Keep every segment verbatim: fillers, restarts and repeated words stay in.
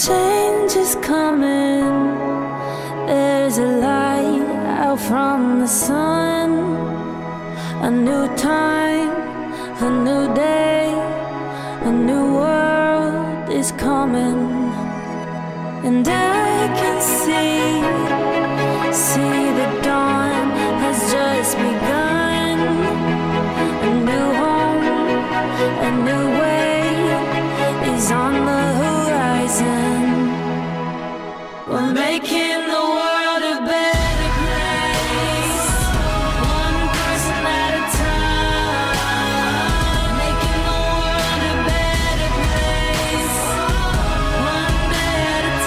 Change is coming. There's a light out from the sun. A new time, a new day, a new world is coming. And I can see, see the dawn has just begun. A new home, a new way is on the horizon. We're making the world a better place, one person at a time. Making the world a better place, one day at a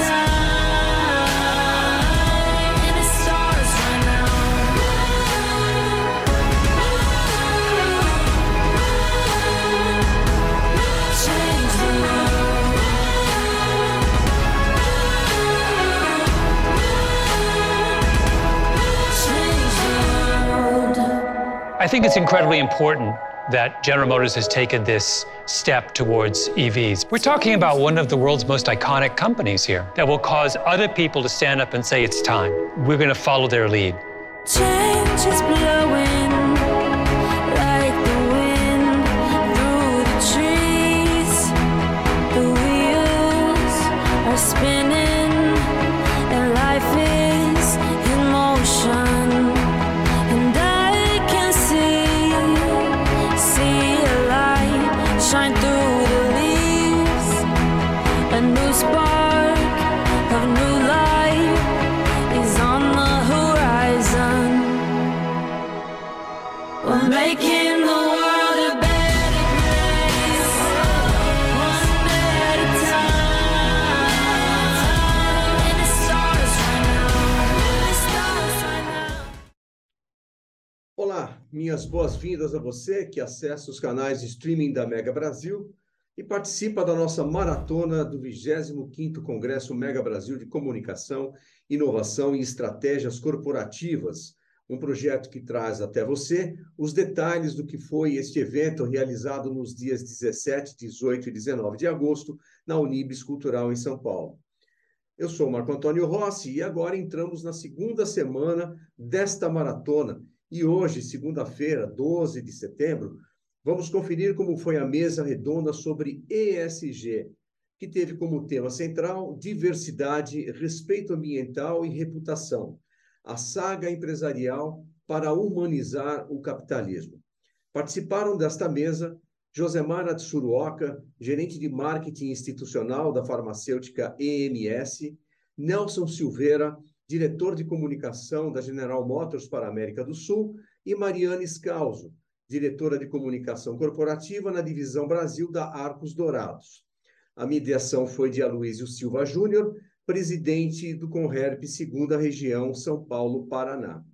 time. And it starts right now. Change the world. I think it's incredibly important that General Motors has taken this step towards E Vs. We're talking about one of the world's most iconic companies here that will cause other people to stand up and say it's time. We're going to follow their lead. Change is blowing like the wind through the trees. The wheels are spinning and life is in motion. And I can see, see a light shine through the leaves. A new spark of new life is on the horizon. We're making the world a better place, one day at a time. And it starts right now. It starts right now. Olá, minhas boas-vindas a você que acessa os canais de streaming da Mega Brasil e participa da nossa maratona do vigésimo quinto Congresso Mega Brasil de Comunicação, Inovação e Estratégias Corporativas, um projeto que traz até você os detalhes do que foi este evento realizado nos dias dezessete, dezoito e dezenove de agosto na Unibis Cultural em São Paulo. Eu sou o Marco Antônio Rossi e agora entramos na segunda semana desta maratona. E hoje, segunda-feira, doze de setembro, vamos conferir como foi a mesa redonda sobre E S G, que teve como tema central diversidade, respeito ambiental e reputação, a saga empresarial para humanizar o capitalismo. Participaram desta mesa Josemara Tsuruoka, gerente de marketing institucional da farmacêutica E M S, Nelson Silveira, diretor de comunicação da General Motors para a América do Sul, e Mariane Scalzo, diretora de comunicação corporativa na divisão Brasil da Arcos Dourados. A mediação foi de Aloysio Silva Júnior, presidente do Conherp segunda Região, São Paulo, Paraná.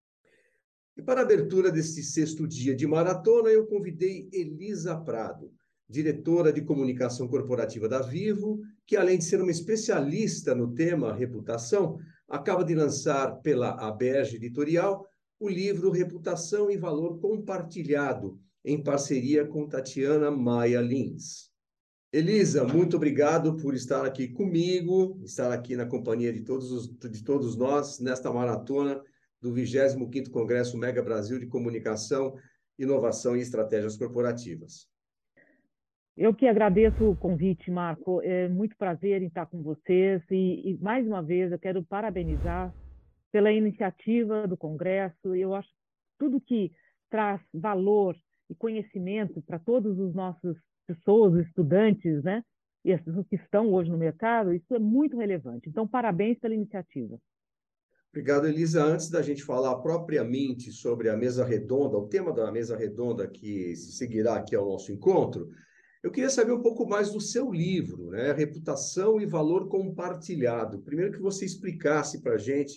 E para a abertura deste sexto dia de maratona, eu convidei Elisa Prado, diretora de comunicação corporativa da Vivo, que além de ser uma especialista no tema reputação, acaba de lançar pela Aberge Editorial o livro Reputação e Valor Compartilhado, em parceria com Tatiana Maia Lins. Elisa, muito obrigado por estar aqui comigo, estar aqui na companhia de todos, os, de todos nós, nesta maratona do vigésimo quinto Congresso Mega Brasil de Comunicação, Inovação e Estratégias Corporativas. Eu que agradeço o convite, Marco. É muito prazer em estar com vocês e, e mais uma vez, eu quero parabenizar pela iniciativa do Congresso. Eu acho que tudo que traz valor e conhecimento para todos os nossos pessoas, estudantes, né, e as pessoas que estão hoje no mercado, isso é muito relevante. Então, parabéns pela iniciativa. Obrigado, Elisa. Antes da gente falar propriamente sobre a mesa redonda, o tema da mesa redonda que se seguirá aqui ao nosso encontro, eu queria saber um pouco mais do seu livro, né? Reputação e Valor Compartilhado. Primeiro que você explicasse para a gente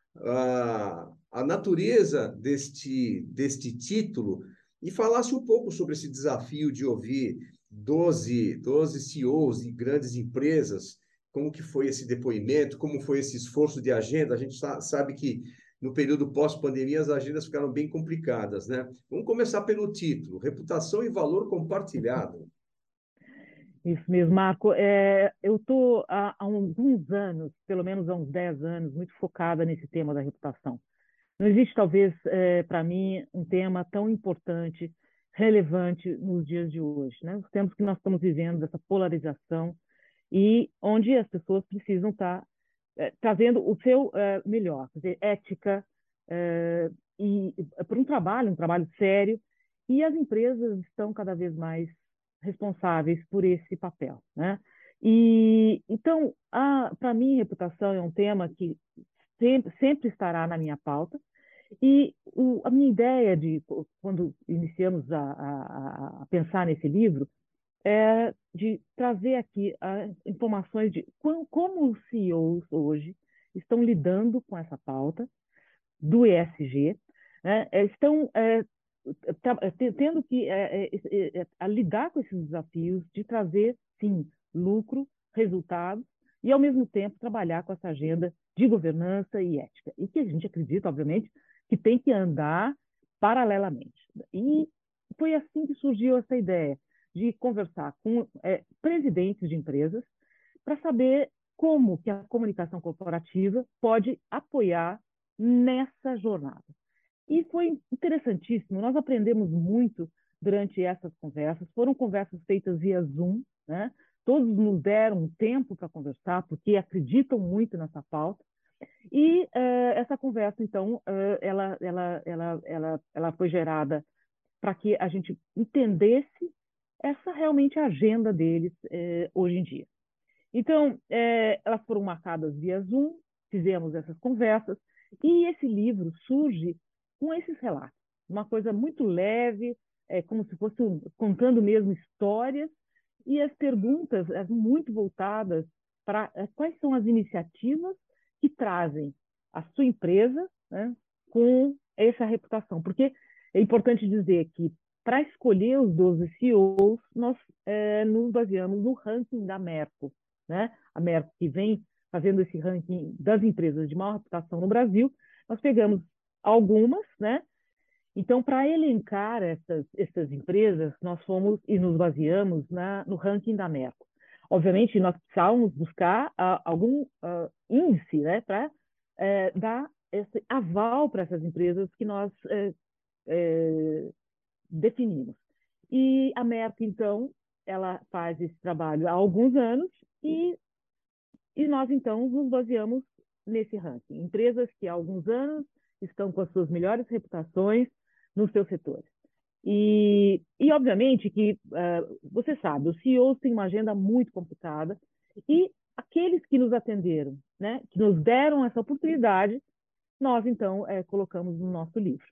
a, a natureza deste, deste título e falasse um pouco sobre esse desafio de ouvir doze, doze C E Os de grandes empresas, como que foi esse depoimento, como foi esse esforço de agenda. A gente sabe que no período pós-pandemia as agendas ficaram bem complicadas, né? Vamos começar pelo título, Reputação e Valor Compartilhado. Isso mesmo, Marco. É, eu estou há, há alguns anos, pelo menos há uns dez anos, muito focada nesse tema da reputação. Não existe, talvez, para mim, um tema tão importante, relevante nos dias de hoje, né? Os tempos que nós estamos vivendo, dessa polarização, e onde as pessoas precisam estar eh, trazendo o seu eh, melhor, quer dizer, ética, eh, e para um trabalho, um trabalho sério, e as empresas estão cada vez mais responsáveis por esse papel, né? E então, para mim, reputação é um tema que sempre, sempre estará na minha pauta. E o, a minha ideia de quando iniciamos a, a, a pensar nesse livro é de trazer aqui ah, informações de como, como os C E Os hoje estão lidando com essa pauta do E S G, né? Eh, estão é, tá- te- tendo que é, é, é, é, a lidar com esses desafios de trazer, sim, lucro, resultados, e, ao mesmo tempo, trabalhar com essa agenda de governança e ética. E que a gente acredita, obviamente, que tem que andar paralelamente. E foi assim que surgiu essa ideia de conversar com é, presidentes de empresas para saber como que a comunicação corporativa pode apoiar nessa jornada. E foi interessantíssimo, nós aprendemos muito durante essas conversas, foram conversas feitas via Zoom, né? Todos nos deram um tempo para conversar, porque acreditam muito nessa pauta, e eh, essa conversa, então, eh, ela, ela, ela, ela, ela foi gerada para que a gente entendesse essa realmente agenda deles eh, hoje em dia. Então, eh, elas foram marcadas via Zoom, fizemos essas conversas, e esse livro surge com esses relatos. Uma coisa muito leve, é, como se fosse um- contando mesmo histórias, e as perguntas eh, muito voltadas para eh, quais são as iniciativas que trazem a sua empresa, né, com essa reputação. Porque é importante dizer que, para escolher os doze C E Os, nós eh, nos baseamos no ranking da Merco, né? A Merco, que vem fazendo esse ranking das empresas de maior reputação no Brasil, nós pegamos algumas, né? Então, para elencar essas, essas empresas, nós fomos e nos baseamos na, no ranking da Merco. Obviamente, nós precisávamos buscar ah, algum ah, índice, né, para eh, dar esse aval para essas empresas que nós eh, eh, definimos. E a Merco, então, ela faz esse trabalho há alguns anos, e e nós, então, nos baseamos nesse ranking. Empresas que há alguns anos estão com as suas melhores reputações nos seus setores. E, e obviamente, que uh, você sabe, os C E Os têm uma agenda muito complicada, e aqueles que nos atenderam, né, que nos deram essa oportunidade, nós, então, é, colocamos no nosso livro.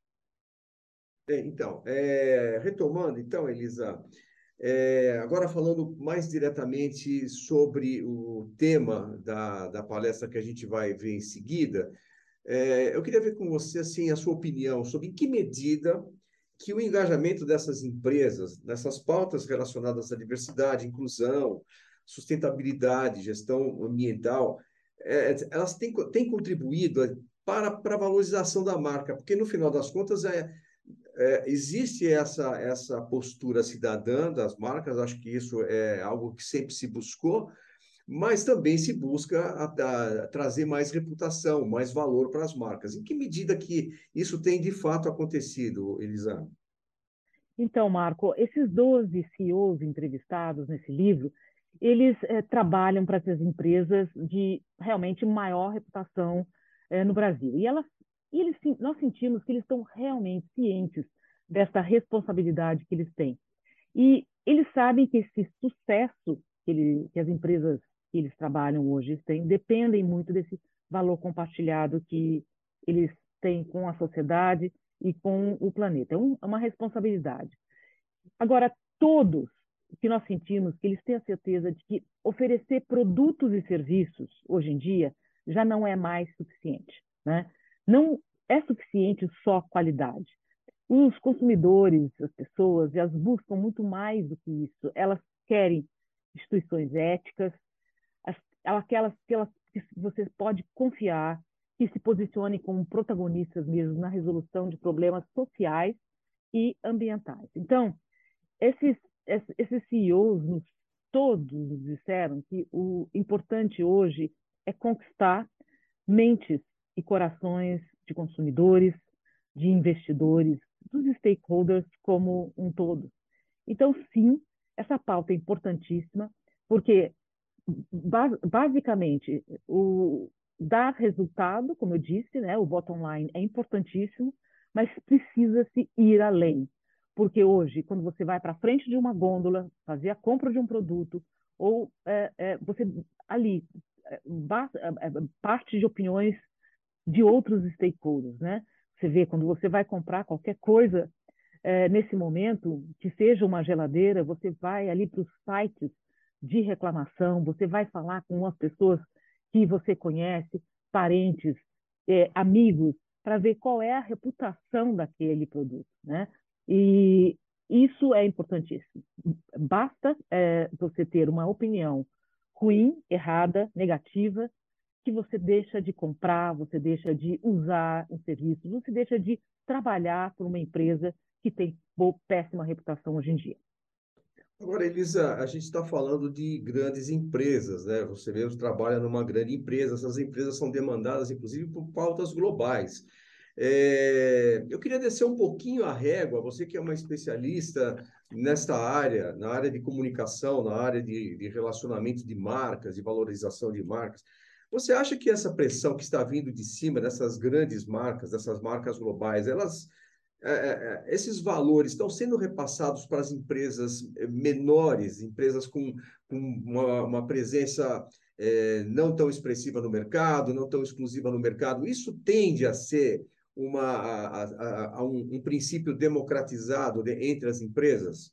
É, então, é, retomando, então, Elisa, é, agora falando mais diretamente sobre o tema da, da palestra que a gente vai ver em seguida, é, eu queria ver com você assim, a sua opinião sobre em que medida que o engajamento dessas empresas, nessas pautas relacionadas à diversidade, inclusão, sustentabilidade, gestão ambiental, é, elas têm, têm contribuído para, para a valorização da marca, porque no final das contas é, é, existe essa, essa postura cidadã das marcas, acho que isso é algo que sempre se buscou, mas também se busca a, a, trazer mais reputação, mais valor para as marcas. Em que medida que isso tem de fato acontecido, Elisa? Então, Marco, esses doze C E Os entrevistados nesse livro, eles eh, trabalham para essas empresas de realmente maior reputação eh, no Brasil. E, elas, e eles, nós sentimos que eles estão realmente cientes dessa responsabilidade que eles têm. E eles sabem que esse sucesso que, ele, que as empresas que eles trabalham hoje têm dependem muito desse valor compartilhado que eles têm com a sociedade e com o planeta. É um, é uma responsabilidade. Agora, todos que nós sentimos que eles têm a certeza de que oferecer produtos e serviços, hoje em dia, já não é mais suficiente, né? Não é suficiente só qualidade. Os consumidores, as pessoas, elas buscam muito mais do que isso. Elas querem instituições éticas, aquelas que, elas, que você pode confiar, que se posicionem como protagonistas mesmo na resolução de problemas sociais e ambientais. Então, esses, esses C E Os nos todos disseram que o importante hoje é conquistar mentes e corações de consumidores, de investidores, dos stakeholders como um todo. Então, sim, essa pauta é importantíssima, porque basicamente o dar resultado, como eu disse, né, o bottom line é importantíssimo, mas precisa-se ir além. Porque hoje, quando você vai para frente de uma gôndola, fazer a compra de um produto, ou é, é, você ali é, parte de opiniões de outros stakeholders, né? Você vê, quando você vai comprar qualquer coisa, é, nesse momento, que seja uma geladeira, você vai ali para os sites de reclamação, você vai falar com as pessoas que você conhece, parentes, é, amigos, para ver qual é a reputação daquele produto, né? E isso é importantíssimo. Basta é, você ter uma opinião ruim, errada, negativa, que você deixa de comprar, você deixa de usar um serviço, você deixa de trabalhar por uma empresa que tem péssima reputação hoje em dia. Agora, Elisa, a gente está falando de grandes empresas, né? Você mesmo trabalha numa grande empresa, essas empresas são demandadas, inclusive, por pautas globais. É, eu queria descer um pouquinho a régua, você que é uma especialista nesta área, na área de comunicação, na área de, de relacionamento de marcas, de valorização de marcas. Você acha que essa pressão que está vindo de cima dessas grandes marcas, dessas marcas globais, elas é, é, é, esses valores estão sendo repassados para as empresas eh, menores, empresas com, com uma, uma presença é, não tão expressiva no mercado, não tão exclusiva no mercado. Isso tende a ser uma, a, a, a um, um princípio democratizado de, entre as empresas?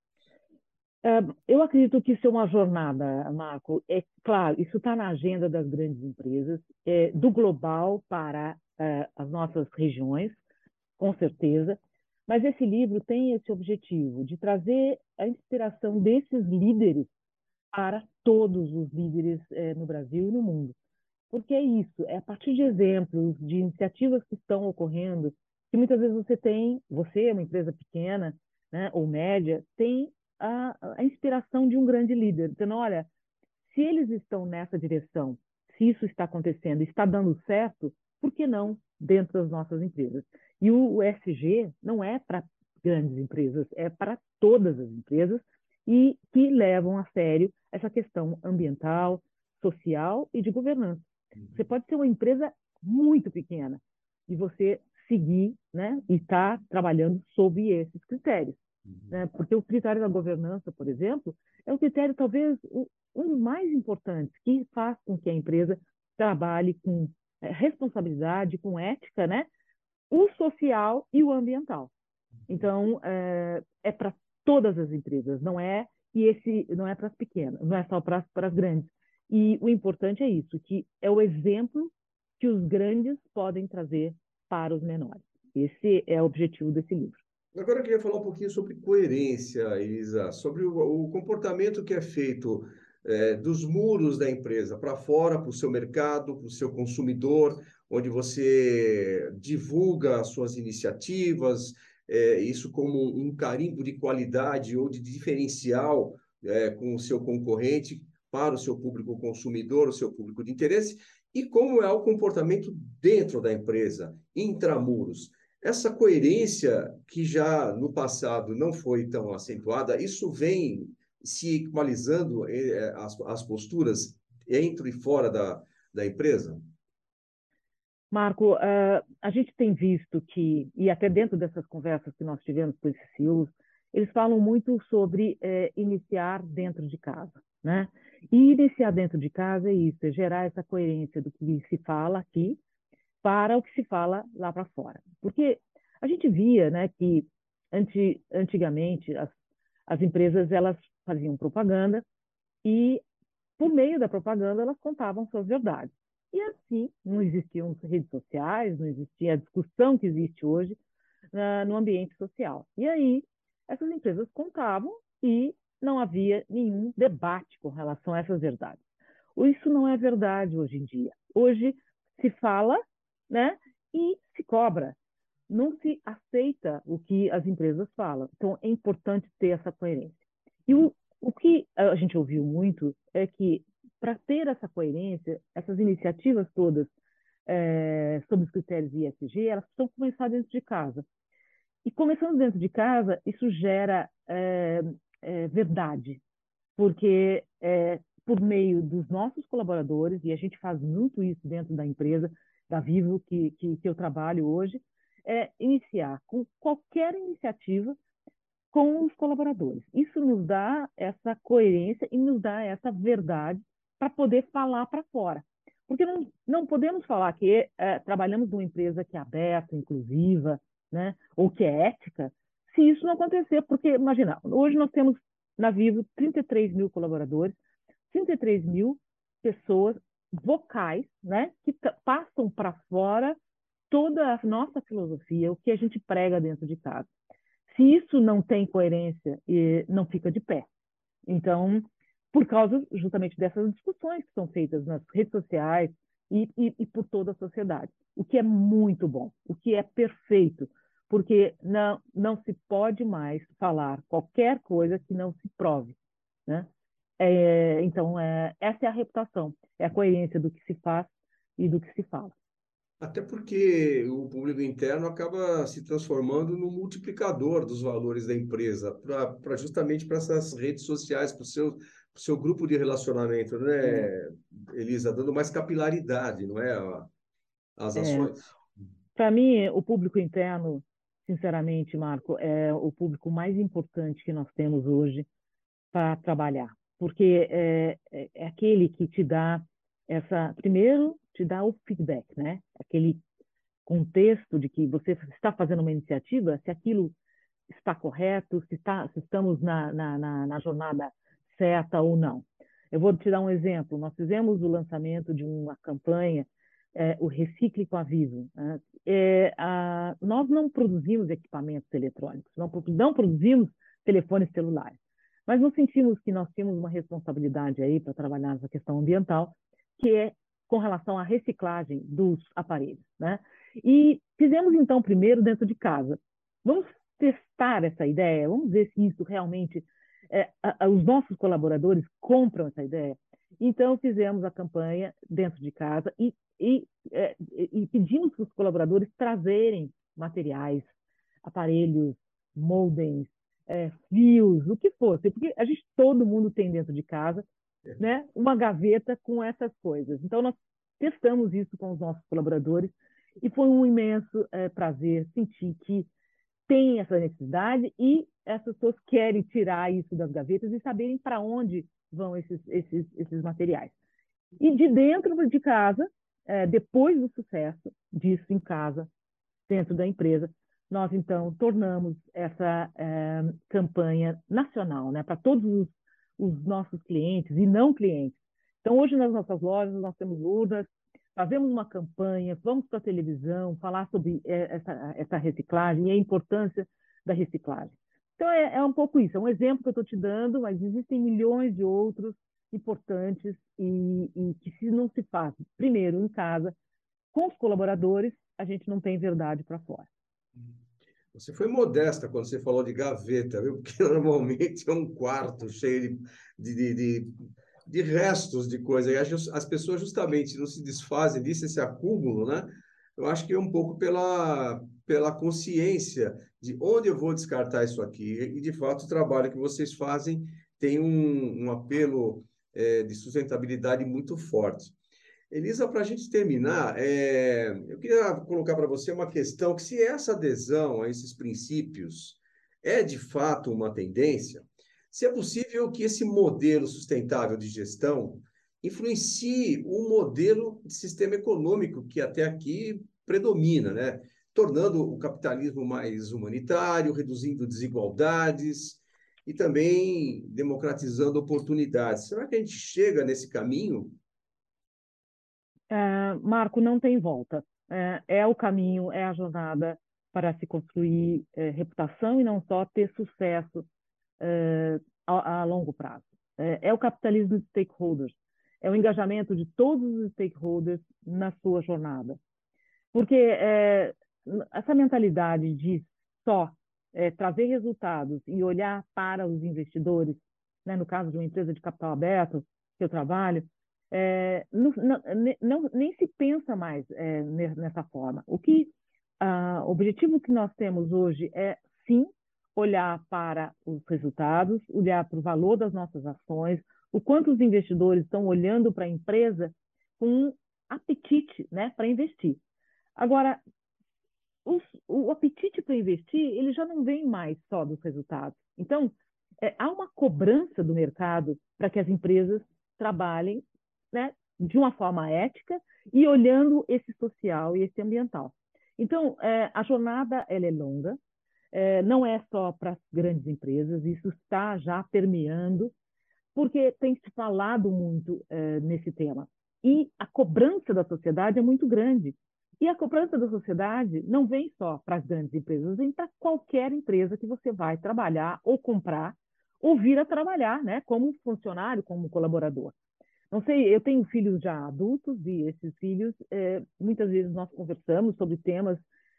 Eu acredito que isso é uma jornada, Marco. É claro, isso está na agenda das grandes empresas, é, do global para é, as nossas regiões, com certeza. Mas esse livro tem esse objetivo de trazer a inspiração desses líderes para todos os líderes é, no Brasil e no mundo. Porque é isso, é a partir de exemplos, de iniciativas que estão ocorrendo, que muitas vezes você tem, você, uma empresa pequena, né, ou média, tem a, a inspiração de um grande líder, dizendo, olha, se eles estão nessa direção, se isso está acontecendo, está dando certo, por que não dentro das nossas empresas? E o, o E S G não é para grandes empresas, é para todas as empresas e que levam a sério essa questão ambiental, social e de governança. Você pode ser uma empresa muito pequena e você seguir, né, e estar tá trabalhando sob esses critérios. Uhum. Né? Porque o critério da governança, por exemplo, é um critério talvez um dos mais importantes, que faz com que a empresa trabalhe com é, responsabilidade, com ética, né? O social e o ambiental. Então, é, é para todas as empresas, não é, e esse não é para as pequenas, não é só para as grandes. E o importante é isso, que é o exemplo que os grandes podem trazer para os menores. Esse é o objetivo desse livro. Agora eu queria falar um pouquinho sobre coerência, Isa, sobre o, o comportamento que é feito é, dos muros da empresa para fora, para o seu mercado, para o seu consumidor, onde você divulga as suas iniciativas, é, isso como um carimbo de qualidade ou de diferencial é, com o seu concorrente para o seu público consumidor, o seu público de interesse, e como é o comportamento dentro da empresa, intramuros. Essa coerência que já no passado não foi tão acentuada, isso vem se equalizando eh, as, as posturas dentro e fora da, da empresa? Marco, uh, a gente tem visto que, e até dentro dessas conversas que nós tivemos com esses C E Os, eles falam muito sobre eh, iniciar dentro de casa, né? E iniciar dentro de casa é isso, é gerar essa coerência do que se fala aqui para o que se fala lá para fora. Porque a gente via, né, que anti, antigamente as, as empresas elas faziam propaganda e, por meio da propaganda, elas contavam suas verdades. E assim, não existiam redes sociais, não existia a discussão que existe hoje uh, no ambiente social. E aí, essas empresas contavam e não havia nenhum debate com relação a essas verdades. Isso não é verdade hoje em dia. Hoje se fala, né, e se cobra. Não se aceita o que as empresas falam. Então, é importante ter essa coerência. E o, O que a gente ouviu muito é que, para ter essa coerência, essas iniciativas todas eh, sobre os critérios I S G, elas precisam começar dentro de casa. E começando dentro de casa, isso gera eh, eh, verdade, porque é, por meio dos nossos colaboradores, e a gente faz muito isso dentro da empresa, da Vivo, que, que, que eu trabalho hoje, é iniciar com qualquer iniciativa com os colaboradores. Isso nos dá essa coerência e nos dá essa verdade para poder falar para fora. Porque não, não podemos falar que é, trabalhamos numa empresa que é aberta, inclusiva, né, ou que é ética, se isso não acontecer. Porque, imagina, hoje nós temos na Vivo trinta e três mil colaboradores, trinta e três mil pessoas vocais, né, que passam para fora toda a nossa filosofia, o que a gente prega dentro de casa. Se isso não tem coerência, não fica de pé. Então, por causa justamente dessas discussões que são feitas nas redes sociais e, e, e por toda a sociedade, o que é muito bom, o que é perfeito, porque não, não se pode mais falar qualquer coisa que não se prove, né? É, então, é, essa é a reputação, é a coerência do que se faz e do que se fala. Até porque o público interno acaba se transformando no multiplicador dos valores da empresa, para justamente para essas redes sociais, para o seu, pro seu grupo de relacionamento, É, né, Elisa? Dando mais capilaridade, não é, a- às é, ações. Para mim, o público interno, sinceramente, Marco, é o público mais importante que nós temos hoje para trabalhar, porque é, é, é aquele que te dá essa, primeiro, te dá o feedback, né? Aquele contexto de que você está fazendo uma iniciativa, se aquilo está correto, se, está, se estamos na, na, na, na jornada certa ou não. Eu vou te dar um exemplo. Nós fizemos o lançamento de uma campanha, é, o Recicle com a Vivo. Né? É, a, nós não produzimos equipamentos eletrônicos, não, não produzimos telefones celulares, mas nós sentimos que nós tínhamos uma responsabilidade aí para trabalhar nessa questão ambiental, que é com relação à reciclagem dos aparelhos, né? E fizemos então primeiro dentro de casa. Vamos testar essa ideia, vamos ver se isso realmente é, a, a, os nossos colaboradores compram essa ideia. Então fizemos a campanha dentro de casa e, e, é, e pedimos para os colaboradores trazerem materiais, aparelhos, modems, é, fios, o que fosse, porque a gente todo mundo tem dentro de casa, né, uma gaveta com essas coisas. Então nós testamos isso com os nossos colaboradores e foi um imenso é, prazer sentir que tem essa necessidade e as pessoas querem tirar isso das gavetas e saberem para onde vão esses, esses, esses materiais. E de dentro de casa, é, depois do sucesso disso em casa, dentro da empresa, nós então tornamos essa é, campanha nacional, né, para todos os, os nossos clientes e não clientes. Então, hoje nas nossas lojas, nós temos urnas, fazemos uma campanha, vamos para a televisão falar sobre essa, essa reciclagem e a importância da reciclagem. Então, é, é um pouco isso, é um exemplo que eu estou te dando, mas existem milhões de outros importantes e, e que se não se faz, primeiro, em casa, com os colaboradores, a gente não tem verdade para fora. Você foi modesta quando você falou de gaveta, viu? Porque normalmente é um quarto cheio de, de, de, de restos de coisa. E as, as pessoas justamente não se desfazem disso, esse acúmulo, né? Eu acho que é um pouco pela, pela consciência de onde eu vou descartar isso aqui. E, de fato, o trabalho que vocês fazem tem um, um apelo, é, de sustentabilidade muito forte. Elisa, para a gente terminar, é, eu queria colocar para você uma questão que se essa adesão a esses princípios é de fato uma tendência, se é possível que esse modelo sustentável de gestão influencie o modelo de sistema econômico que até aqui predomina, né? Tornando o capitalismo mais humanitário, reduzindo desigualdades e também democratizando oportunidades. Será que a gente chega nesse caminho? É, Marco, não tem volta. É, é o caminho, é a jornada para se construir é, reputação e não só ter sucesso é, a, a longo prazo. É, é o capitalismo de stakeholders, é o engajamento de todos os stakeholders na sua jornada. Porque é, essa mentalidade de só é, trazer resultados e olhar para os investidores né, no caso de uma empresa de capital aberto que eu trabalho, é, não, não, não, nem se pensa mais é, nessa forma. O que, ah, o objetivo que nós temos hoje é, sim, olhar para os resultados, olhar para o valor das nossas ações, o quanto os investidores estão olhando para a empresa com um apetite, né, para investir. Agora, os, o apetite para investir, ele já não vem mais só dos resultados. Então, é, há uma cobrança do mercado para que as empresas trabalhem, né, de uma forma ética e olhando esse social e esse ambiental. Então, é, a jornada ela é longa, é, não é só para as grandes empresas, isso está já permeando, porque tem se falado muito é, nesse tema. E a cobrança da sociedade é muito grande. E a cobrança da sociedade não vem só para as grandes empresas, vem para qualquer empresa que você vai trabalhar ou comprar ou vir a trabalhar, né, como funcionário, como colaborador. Não sei, eu tenho filhos já adultos e esses filhos, é, muitas vezes nós conversamos sobre temas,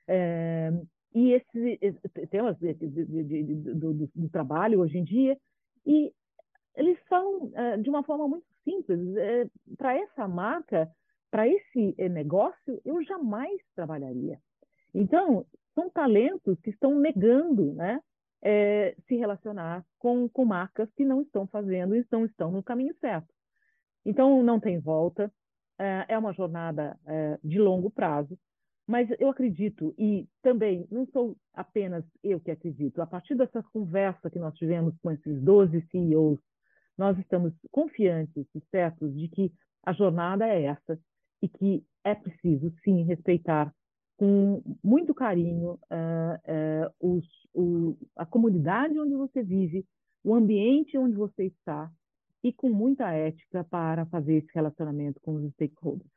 é, e esses temas de, de, de, de, do, do, do trabalho hoje em dia, e eles falam é, de uma forma muito simples. É, para essa marca, para esse é, negócio, eu jamais trabalharia. Então, são talentos que estão negando, né, é, se relacionar com, com marcas que não estão fazendo e não estão no caminho certo. Então, não tem volta, é uma jornada de longo prazo, mas eu acredito, e também não sou apenas eu que acredito, a partir dessa conversa que nós tivemos com esses doze C E Os, nós estamos confiantes e certos de que a jornada é essa e que é preciso, sim, respeitar com muito carinho uh, uh, os, o, a comunidade onde você vive, o ambiente onde você está, e com muita ética para fazer esse relacionamento com os stakeholders.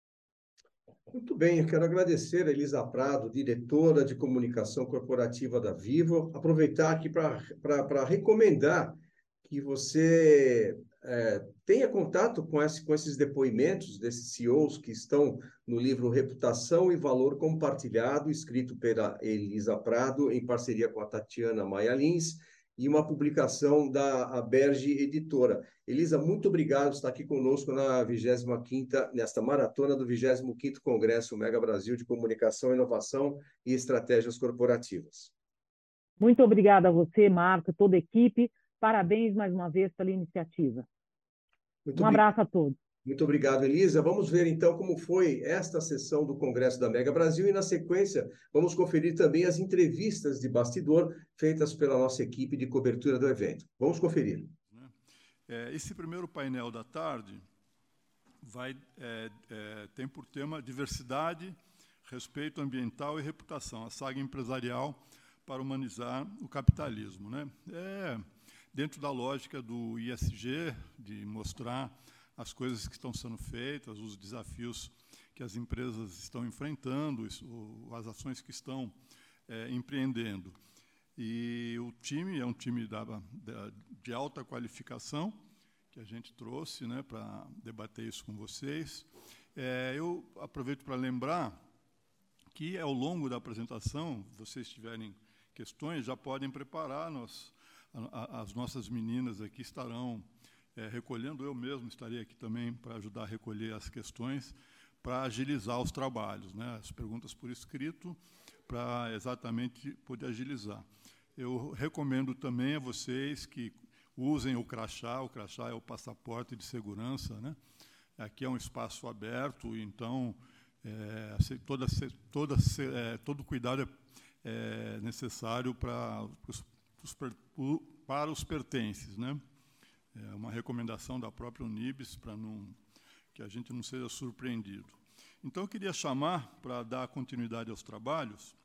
Muito bem, eu quero agradecer a Elisa Prado, diretora de comunicação corporativa da Vivo. Aproveitar aqui para recomendar que você é, tenha contato com, esse, com esses depoimentos desses C E Os que estão no livro Reputação e Valor Compartilhado, escrito pela Elisa Prado, em parceria com a Tatiana Maia Lins, e uma publicação da Aberge Editora. Elisa, muito obrigado por estar aqui conosco na vigésima quinta, nesta maratona do vigésimo quinto Congresso Mega Brasil de Comunicação, Inovação e Estratégias Corporativas. Muito obrigada a você, Marco, toda a equipe. Parabéns mais uma vez pela iniciativa. Muito um abraço a todos. Muito obrigado, Elisa. Vamos ver, então, como foi esta sessão do Congresso da Mega Brasil e, na sequência, vamos conferir também as entrevistas de bastidor feitas pela nossa equipe de cobertura do evento. Vamos conferir. Esse primeiro painel da tarde vai, é, é, tem por tema diversidade, respeito ambiental e reputação, a saga empresarial para humanizar o capitalismo, né? É, dentro da lógica do I S G, de mostrar as coisas que estão sendo feitas, os desafios que as empresas estão enfrentando, as ações que estão é, empreendendo. E o time é um time da, da, de alta qualificação, que a gente trouxe, né, para debater isso com vocês. É, eu aproveito para lembrar que, ao longo da apresentação, se vocês tiverem questões, já podem preparar. Nós, a, a, as nossas meninas aqui estarão é, recolhendo, eu mesmo estarei aqui também para ajudar a recolher as questões, para agilizar os trabalhos, né, as perguntas por escrito, para exatamente poder agilizar. Eu recomendo também a vocês que usem o crachá. O crachá é o passaporte de segurança, né? Aqui é um espaço aberto, então é, toda, toda, é, todo cuidado é, é necessário para os, os, para os pertences, né? É uma recomendação da própria Unibis para não, que a gente não seja surpreendido. Então, eu queria chamar, para dar continuidade aos trabalhos,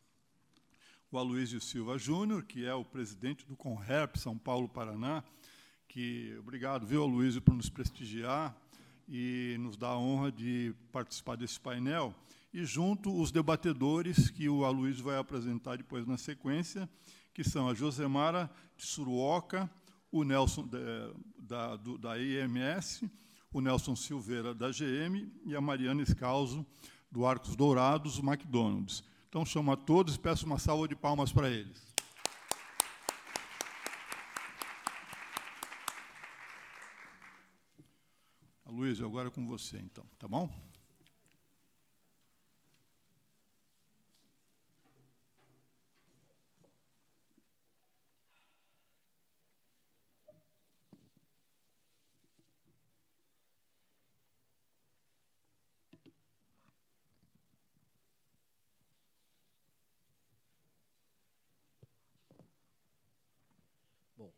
o Aloysio Silva Júnior, que é o presidente do Conrep São Paulo, Paraná, que, obrigado, viu, Aloysio, por nos prestigiar e nos dar a honra de participar desse painel, e junto os debatedores que o Aloysio vai apresentar depois na sequência, que são a Josemara Tsuruoka, o Nelson da, da, da I M S, o Nelson Silveira, da G M, e a Mariana Escalzo, do Arcos Dourados, McDonald's. Então, chamo a todos e peço uma salva de palmas para eles. Luiz, agora é com você, então, tá bom? Bom,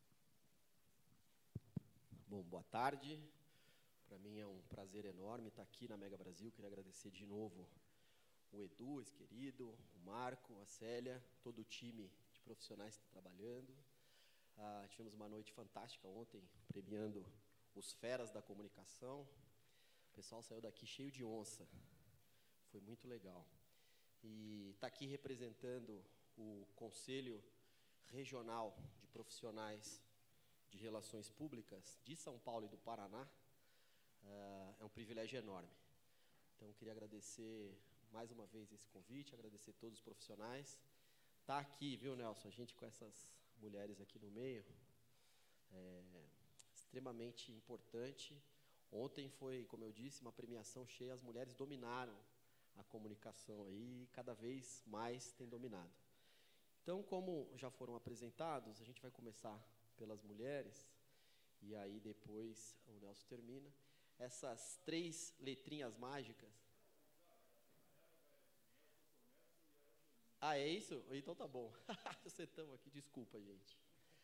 bom, boa tarde. Para mim é um prazer enorme estar aqui na Mega Brasil. Queria agradecer de novo o Edu, esse querido, o Marco, a Célia, todo o time de profissionais que está trabalhando. Ah, tivemos uma noite fantástica ontem, premiando os feras da comunicação. O pessoal saiu daqui cheio de onça. Foi muito legal. E está aqui representando o Conselho Regional de Profissionais de Relações Públicas de São Paulo e do Paraná, uh, é um privilégio enorme. Então, queria agradecer mais uma vez esse convite, agradecer a todos os profissionais. Tá aqui, viu, Nelson, a gente com essas mulheres aqui no meio, é extremamente importante. Ontem foi, como eu disse, uma premiação cheia, as mulheres dominaram a comunicação aí, e cada vez mais tem dominado. Então, como já foram apresentados, a gente vai começar pelas mulheres, e aí depois o Nelson termina. Essas três letrinhas mágicas. Ah, é isso? Então tá bom. Acertamos aqui, desculpa, gente.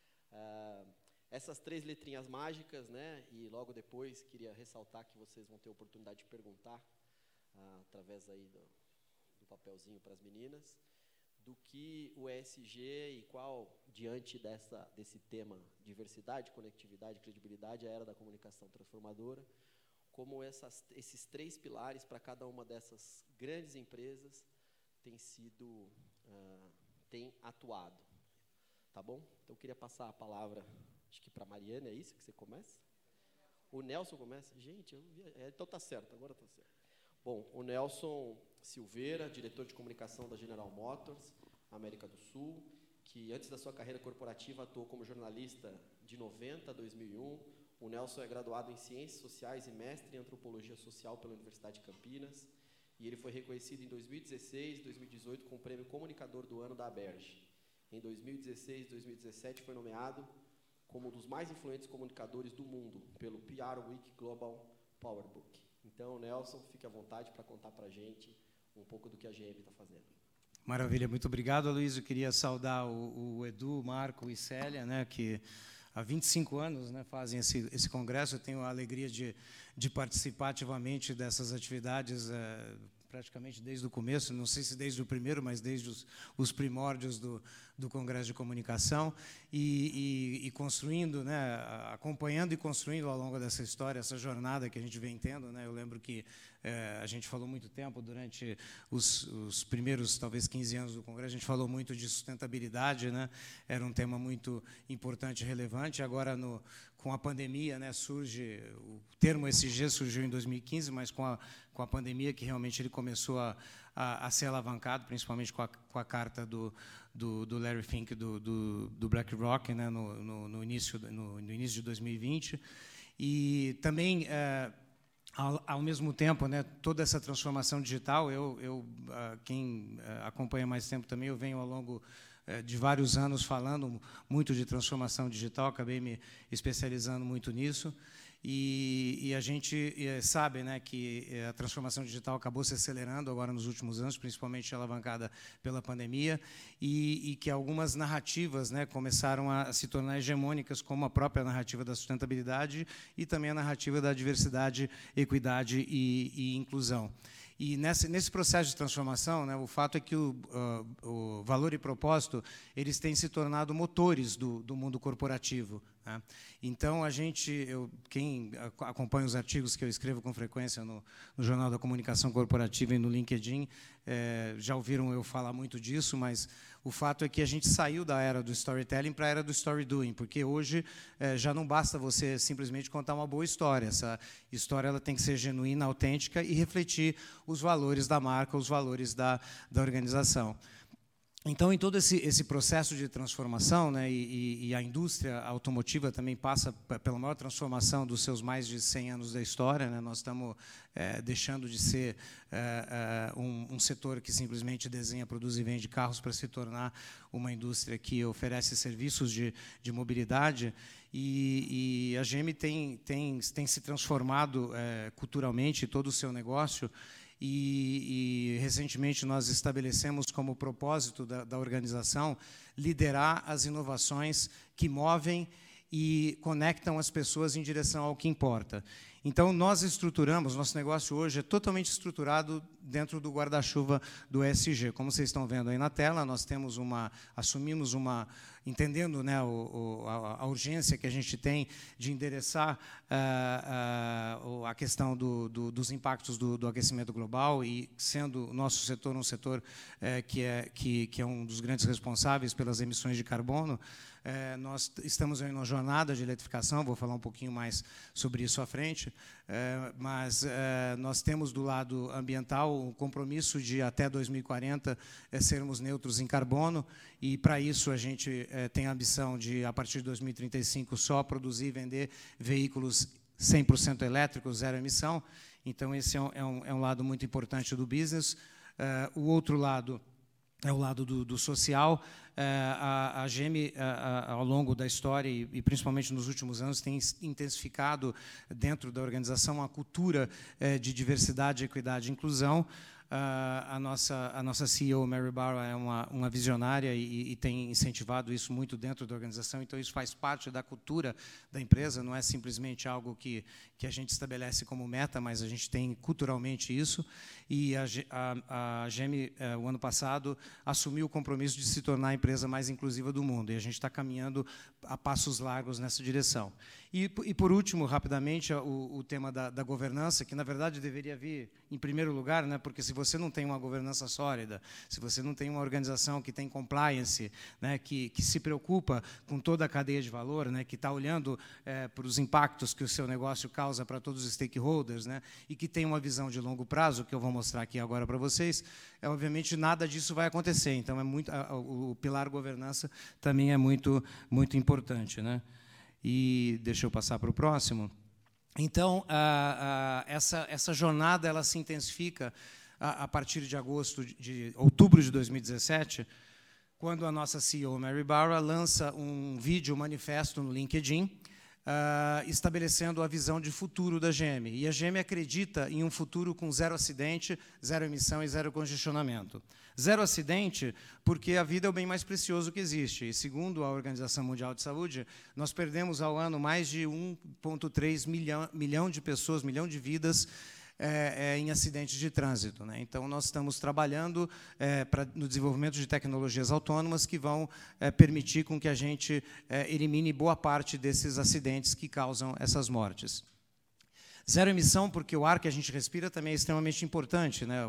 Ah, essas três letrinhas mágicas, né? E logo depois queria ressaltar que vocês vão ter a oportunidade de perguntar, ah, através aí do, do papelzinho para as meninas, do que o E S G e qual, diante dessa, desse tema diversidade, conectividade, credibilidade, a era da comunicação transformadora, como essas, esses três pilares para cada uma dessas grandes empresas tem sido, uh, tem atuado. Tá bom? Então, eu queria passar a palavra, acho que para a Mariana, é isso que você começa? O Nelson começa? Gente, eu não vi, é, então tá certo, agora tá certo. Bom, o Nelson Silveira, diretor de comunicação da General Motors, América do Sul, que antes da sua carreira corporativa atuou como jornalista de noventa a dois mil e um. O Nelson é graduado em Ciências Sociais e mestre em Antropologia Social pela Universidade de Campinas. E ele foi reconhecido em dois mil e dezesseis e dois mil e dezoito com o Prêmio Comunicador do Ano da Aberge. Em dois mil e dezesseis e dois mil e dezessete foi nomeado como um dos mais influentes comunicadores do mundo pelo P R Week Global Powerbook. Então, Nelson, fique à vontade para contar para a gente um pouco do que a G M está fazendo. Maravilha, muito obrigado, Luiz. Eu queria saudar o, o Edu, o Marco e Célia, né, que há vinte e cinco anos, né, fazem esse, esse congresso. Eu tenho a alegria de, de participar ativamente dessas atividades, é, praticamente desde o começo, não sei se desde o primeiro, mas desde os, os primórdios do, do Congresso de Comunicação, e, e, e construindo, né, acompanhando e construindo ao longo dessa história, essa jornada que a gente vem tendo. Né. Eu lembro que é, a gente falou muito tempo, durante os, os primeiros, talvez, quinze anos do Congresso, a gente falou muito de sustentabilidade, né, era um tema muito importante e relevante. Agora, no, com a pandemia, né, surge, o termo E S G surgiu em dois mil e quinze, mas com a, com a pandemia que realmente ele começou a, a, a ser alavancado, principalmente com a, com a carta do, do, do Larry Fink, do, do, do BlackRock, né, no, no, no, início, no, no início de dois mil e vinte. E também, é, ao, ao mesmo tempo, né, toda essa transformação digital, eu, eu, quem acompanha mais tempo também, eu venho ao longo de vários anos falando muito de transformação digital, acabei me especializando muito nisso. E, e a gente sabe, né, que a transformação digital acabou se acelerando agora nos últimos anos, principalmente alavancada pela pandemia, e, e que algumas narrativas, né, começaram a se tornar hegemônicas, como a própria narrativa da sustentabilidade e também a narrativa da diversidade, equidade e, e inclusão. E nesse, nesse processo de transformação, né, o fato é que o, uh, o valor e propósito, eles têm se tornado motores do, do mundo corporativo. Né? Então, a gente, eu, quem acompanha os artigos que eu escrevo com frequência no, no Jornal da Comunicação Corporativa e no LinkedIn, é, já ouviram eu falar muito disso, mas o fato é que a gente saiu da era do storytelling para a era do story doing, porque hoje é, já não basta você simplesmente contar uma boa história. Essa história ela tem que ser genuína, autêntica e refletir os valores da marca, os valores da, da organização. Então, em todo esse, esse processo de transformação, né, e, e a indústria automotiva também passa pela maior transformação dos seus mais de cem anos da história, né, nós estamos é, deixando de ser é, é, um, um setor que simplesmente desenha, produz e vende carros para se tornar uma indústria que oferece serviços de, de mobilidade. E, e a G M tem, tem, tem se transformado é, culturalmente todo o seu negócio. E, e, recentemente, nós estabelecemos como propósito da, da organização liderar as inovações que movem e conectam as pessoas em direção ao que importa. Então, nós estruturamos, nosso negócio hoje é totalmente estruturado dentro do guarda-chuva do E S G. Como vocês estão vendo aí na tela, nós temos uma, assumimos uma, entendendo, né, o, o, a, a urgência que a gente tem de endereçar uh, uh, a questão do, do, dos impactos do, do aquecimento global, e sendo o nosso setor um setor uh, que, é, que, que é um dos grandes responsáveis pelas emissões de carbono, É, nós estamos em uma jornada de eletrificação, vou falar um pouquinho mais sobre isso à frente, é, mas é, nós temos do lado ambiental o compromisso de, até dois mil e quarenta, é, sermos neutros em carbono, e, para isso, a gente é, tem a ambição de, a partir de dois mil e trinta e cinco, só produzir e vender veículos cem por cento elétricos, zero emissão. Então, esse é um, é um, é um lado muito importante do business. É, o outro lado é o lado do, do social. É, a, a G M, a, a, ao longo da história, e, e principalmente nos últimos anos, tem intensificado dentro da organização a cultura é, de diversidade, equidade e inclusão. Uh, a, nossa, a nossa C E O, Mary Barra, é uma, uma visionária e, e tem incentivado isso muito dentro da organização, então isso faz parte da cultura da empresa, não é simplesmente algo que, que a gente estabelece como meta, mas a gente tem culturalmente isso. E a, a, a G M, eh, o ano passado, assumiu o compromisso de se tornar a empresa mais inclusiva do mundo, e a gente está caminhando a passos largos nessa direção. E, e por último, rapidamente, o, o tema da, da governança, que, na verdade, deveria vir em primeiro lugar, né, porque se você não tem uma governança sólida, se você não tem uma organização que tem compliance, né, que, que se preocupa com toda a cadeia de valor, né, que está olhando é, para os impactos que o seu negócio causa para todos os stakeholders, né, e que tem uma visão de longo prazo, que eu vou mostrar aqui agora para vocês, é, obviamente, nada disso vai acontecer. Então, é muito, a, o, o pilar governança também é muito, muito importante, né? E deixa eu passar para o próximo. Então, a, a, essa, essa jornada ela se intensifica a, a partir de agosto, de, de outubro de dois mil e dezessete, quando a nossa C E O, Mary Barra, lança um vídeo manifesto no LinkedIn, uh, estabelecendo a visão de futuro da G M. E a G M acredita em um futuro com zero acidente, zero emissão e zero congestionamento. Zero acidente, porque a vida é o bem mais precioso que existe. E, segundo a Organização Mundial de Saúde, nós perdemos ao ano mais de um vírgula três milhão, milhão de pessoas, milhão de vidas é, é, em acidentes de trânsito, né? Então, nós estamos trabalhando é, pra, no desenvolvimento de tecnologias autônomas que vão é, permitir com que a gente é, elimine boa parte desses acidentes que causam essas mortes. Zero emissão, porque o ar que a gente respira também é extremamente importante, né?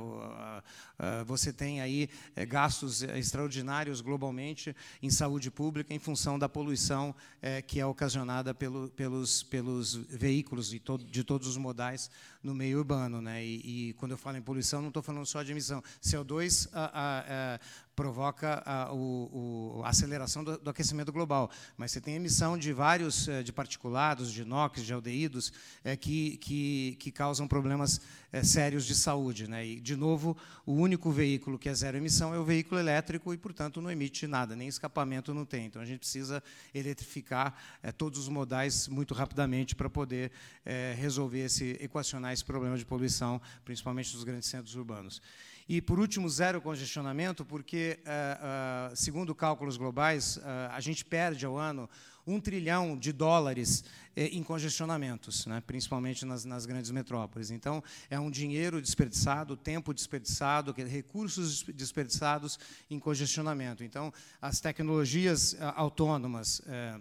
Você tem aí gastos extraordinários globalmente em saúde pública em função da poluição que é ocasionada pelo, pelos, pelos veículos de, todo, de todos os modais no meio urbano, né? E, e quando eu falo em poluição, não estou falando só de emissão. C O dois a, a, a, provoca a, o, a aceleração do, do aquecimento global, mas você tem emissão de vários de particulados, de NOx, de aldeídos, é, que, que, que causam problemas é, sérios de saúde, né? E, de novo, o único veículo que é zero emissão é o veículo elétrico e, portanto, não emite nada, nem escapamento não tem. Então, a gente precisa eletrificar é, todos os modais muito rapidamente para poder é, resolver esse, equacionar esse problema de poluição, principalmente nos grandes centros urbanos. E, por último, zero congestionamento, porque, uh, uh, segundo cálculos globais, uh, a gente perde ao ano um trilhão de dólares eh, em congestionamentos, né, principalmente nas, nas grandes metrópoles. Então, é um dinheiro desperdiçado, tempo desperdiçado, recursos desperdiçados em congestionamento. Então, as tecnologias uh, autônomas eh,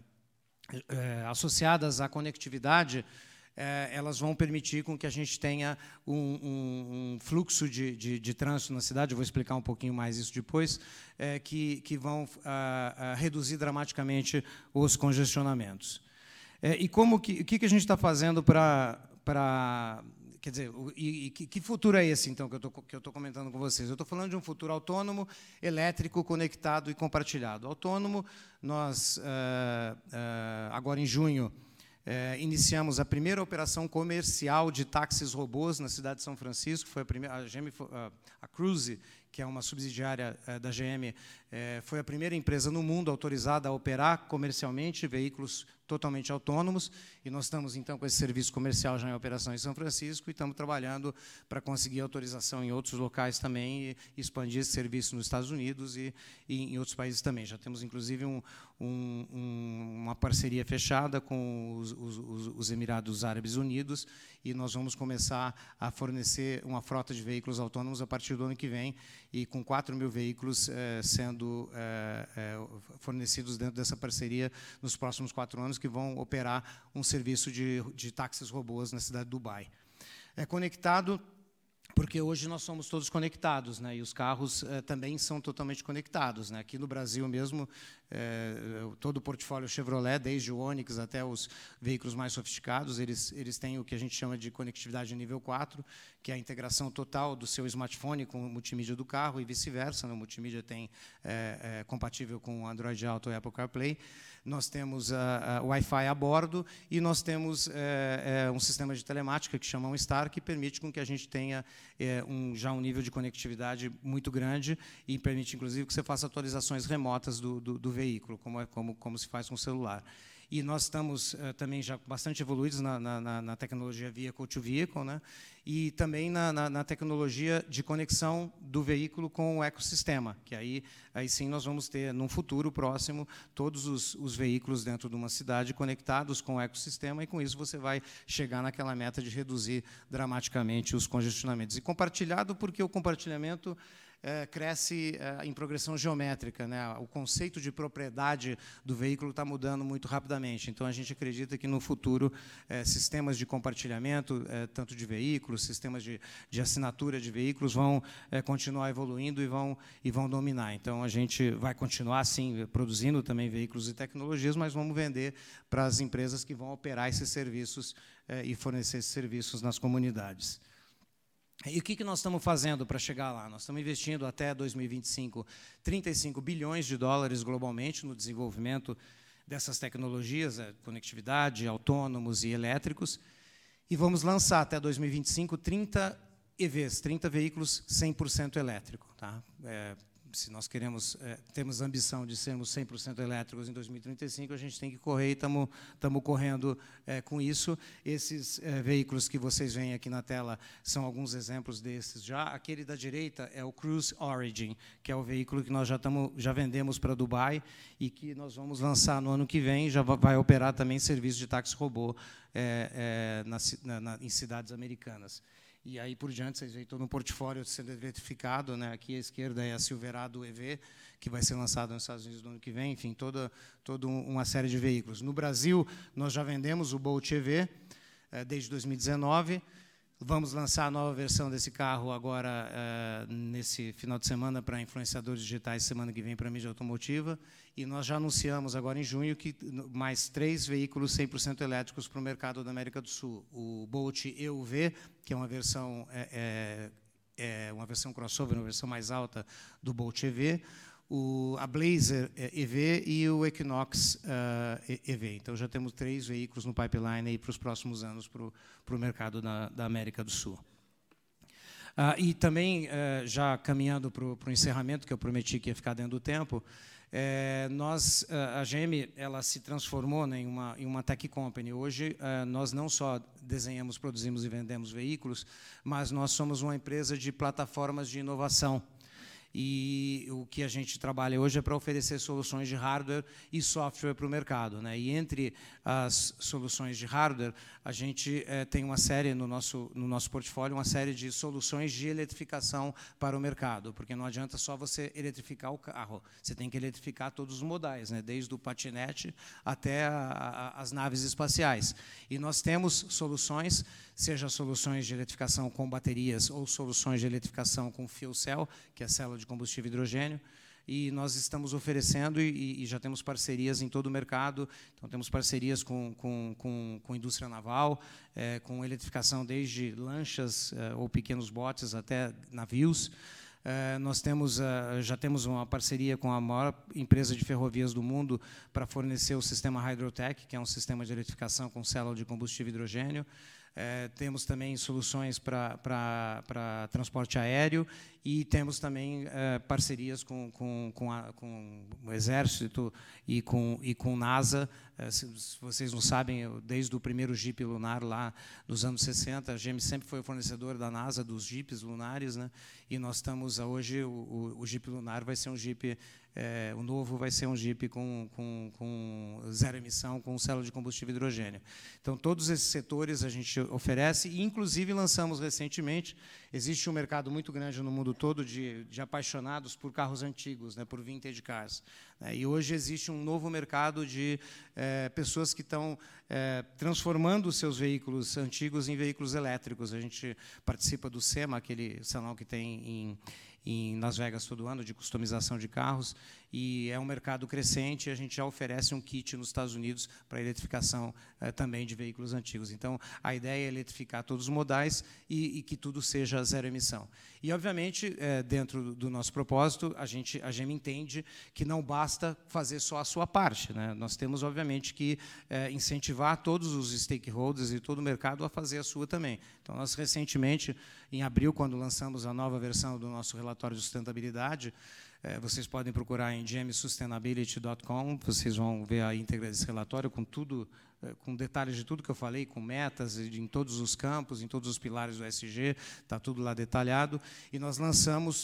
eh, associadas à conectividade, É, elas vão permitir com que a gente tenha um, um, um fluxo de, de, de trânsito na cidade, eu vou explicar um pouquinho mais isso depois, é, que, que vão a, a reduzir dramaticamente os congestionamentos. É, e como que, o que, que a gente está fazendo para quer dizer, o, e, e que, que futuro é esse, então, que eu tô, que eu estou comentando com vocês? Eu estou falando de um futuro autônomo, elétrico, conectado e compartilhado. Autônomo, nós, uh, uh, agora em junho, uh, iniciamos a primeira operação comercial de táxis robôs na cidade de São Francisco. Foi a primeira, a, G M, uh, a Cruise, que é uma subsidiária uh, da G M, uh, foi a primeira empresa no mundo autorizada a operar comercialmente veículos totalmente autônomos, e nós estamos, então, com esse serviço comercial já em operação em São Francisco e estamos trabalhando para conseguir autorização em outros locais também e expandir esse serviço nos Estados Unidos e, e em outros países também. Já temos, inclusive, um, um, um, uma parceria fechada com os, os, os Emirados Árabes Unidos, e nós vamos começar a fornecer uma frota de veículos autônomos a partir do ano que vem, e com quatro mil veículos eh, sendo eh, eh, fornecidos dentro dessa parceria nos próximos quatro anos, que vão operar um serviço de, de táxis robôs na cidade de Dubai. É conectado porque hoje nós somos todos conectados, né? E os carros eh, também são totalmente conectados, né? Aqui no Brasil mesmo, eh, todo o portfólio Chevrolet, desde o Onix até os veículos mais sofisticados, eles, eles têm o que a gente chama de conectividade nível quatro, que é a integração total do seu smartphone com o multimídia do carro e vice-versa, né? O multimídia tem eh, eh, compatível com o Android Auto e Apple CarPlay. Nós temos uh, uh, Wi-Fi a bordo e nós temos uh, uh, um sistema de telemática que chama um Star, que permite com que a gente tenha uh, um, já um nível de conectividade muito grande e permite, inclusive, que você faça atualizações remotas do, do, do veículo, como, é, como, como se faz com o celular. E nós estamos uh, também já bastante evoluídos na, na, na tecnologia Vehicle to Vehicle, né? E também na, na, na tecnologia de conexão do veículo com o ecossistema, que aí, aí sim nós vamos ter, num futuro próximo, todos os, os veículos dentro de uma cidade conectados com o ecossistema, e com isso você vai chegar naquela meta de reduzir dramaticamente os congestionamentos. E compartilhado, porque o compartilhamento É, cresce é, em progressão geométrica, né? O conceito de propriedade do veículo está mudando muito rapidamente. Então, a gente acredita que, no futuro, é, sistemas de compartilhamento, é, tanto de veículos, sistemas de, de assinatura de veículos, vão é, continuar evoluindo e vão, e vão dominar. Então, a gente vai continuar, sim, produzindo também veículos e tecnologias, mas vamos vender para as empresas que vão operar esses serviços é, e fornecer esses serviços nas comunidades. E o que, que nós estamos fazendo para chegar lá? Nós estamos investindo até dois mil e vinte e cinco trinta e cinco bilhões de dólares globalmente no desenvolvimento dessas tecnologias, conectividade, autônomos e elétricos, e vamos lançar até dois mil e vinte e cinco trinta E Vs, trinta veículos cem por cento elétricos. Tá? É, se nós queremos, é, temos a ambição de sermos cem por cento elétricos em dois mil e trinta e cinco, a gente tem que correr e estamos correndo é, com isso. Esses é, veículos que vocês veem aqui na tela são alguns exemplos desses já. Aquele da direita é o Cruise Origin, que é o veículo que nós já, tamo, já vendemos para Dubai e que nós vamos lançar no ano que vem, já vai operar também serviço de táxi robô é, é, na, na, em cidades americanas. E aí por diante, vocês veem todo um portfólio sendo eletrificado, né? Aqui à esquerda é a Silverado E V, que vai ser lançado nos Estados Unidos no ano que vem, enfim, toda, toda uma série de veículos. No Brasil, nós já vendemos o Bolt E V eh, desde dois mil e dezenove. Vamos lançar a nova versão desse carro agora, eh, nesse final de semana, para influenciadores digitais, semana que vem para a mídia automotiva. E nós já anunciamos agora em junho que mais três veículos cem por cento elétricos para o mercado da América do Sul. O Bolt E U V, que é uma versão, é, é, é uma versão crossover, uma versão mais alta do Bolt E V. O, a Blazer E V e o Equinox uh, E V. Então, já temos três veículos no pipeline aí para os próximos anos para o, para o mercado da, da América do Sul. Uh, e também, uh, já caminhando para o, para o encerramento, que eu prometi que ia ficar dentro do tempo, é, nós, a G M, ela se transformou, né, em, uma, em uma tech company. Hoje, uh, nós não só desenhamos, produzimos e vendemos veículos, mas nós somos uma empresa de plataformas de inovação. E o que a gente trabalha hoje é para oferecer soluções de hardware e software para o mercado, né? E entre as soluções de hardware, a gente é, tem uma série no nosso, no nosso portfólio, uma série de soluções de eletrificação para o mercado, porque não adianta só você eletrificar o carro, você tem que eletrificar todos os modais, né? Desde o patinete até a, a, as naves espaciais. E nós temos soluções, seja soluções de eletrificação com baterias ou soluções de eletrificação com fuel cell, que é a célula de combustível hidrogênio, e nós estamos oferecendo e, e já temos parcerias em todo o mercado. Então, temos parcerias com, com, com, com indústria naval, é, com eletrificação desde lanchas é, ou pequenos botes até navios. Uh, nós temos, uh, já temos uma parceria com a maior empresa de ferrovias do mundo para fornecer o sistema Hydrotech, que é um sistema de eletrificação com célula de combustível hidrogênio. Uh, temos também soluções para transporte aéreo e temos também uh, parcerias com, com, com, a, com o Exército e com, e com NASA. Uh, se, se vocês não sabem, eu, desde o primeiro Jeep lunar lá nos anos sessenta, a G M sempre foi o fornecedor da NASA dos Jeeps lunares, né? E nós estamos, hoje, o, o, o Jeep lunar vai ser um Jeep, é, o novo vai ser um Jeep com, com, com zero emissão, com célula de combustível hidrogênio. Então, todos esses setores a gente oferece, e, inclusive, lançamos recentemente, existe um mercado muito grande no mundo todo de, de apaixonados por carros antigos, né, por vintage cars. Né, e hoje existe um novo mercado de é, pessoas que estão é, transformando os seus veículos antigos em veículos elétricos. A gente participa do SEMA, aquele salão que tem em, em Las Vegas todo ano, de customização de carros, e é um mercado crescente, e a gente já oferece um kit nos Estados Unidos para eletrificação eh, também de veículos antigos. Então, a ideia é eletrificar todos os modais e, e que tudo seja zero emissão. E, obviamente, eh, dentro do nosso propósito, a gente, a G M entende que não basta fazer só a sua parte, né? Nós temos, obviamente, que eh, incentivar todos os stakeholders e todo o mercado a fazer a sua também. Então, nós, recentemente, em abril, quando lançamos a nova versão do nosso relatório de sustentabilidade, É, vocês podem procurar em g m sustainability ponto com, vocês vão ver a íntegra desse relatório com tudo, é, com detalhes de tudo que eu falei, com metas em todos os campos, em todos os pilares do E S G, está tudo lá detalhado. E nós lançamos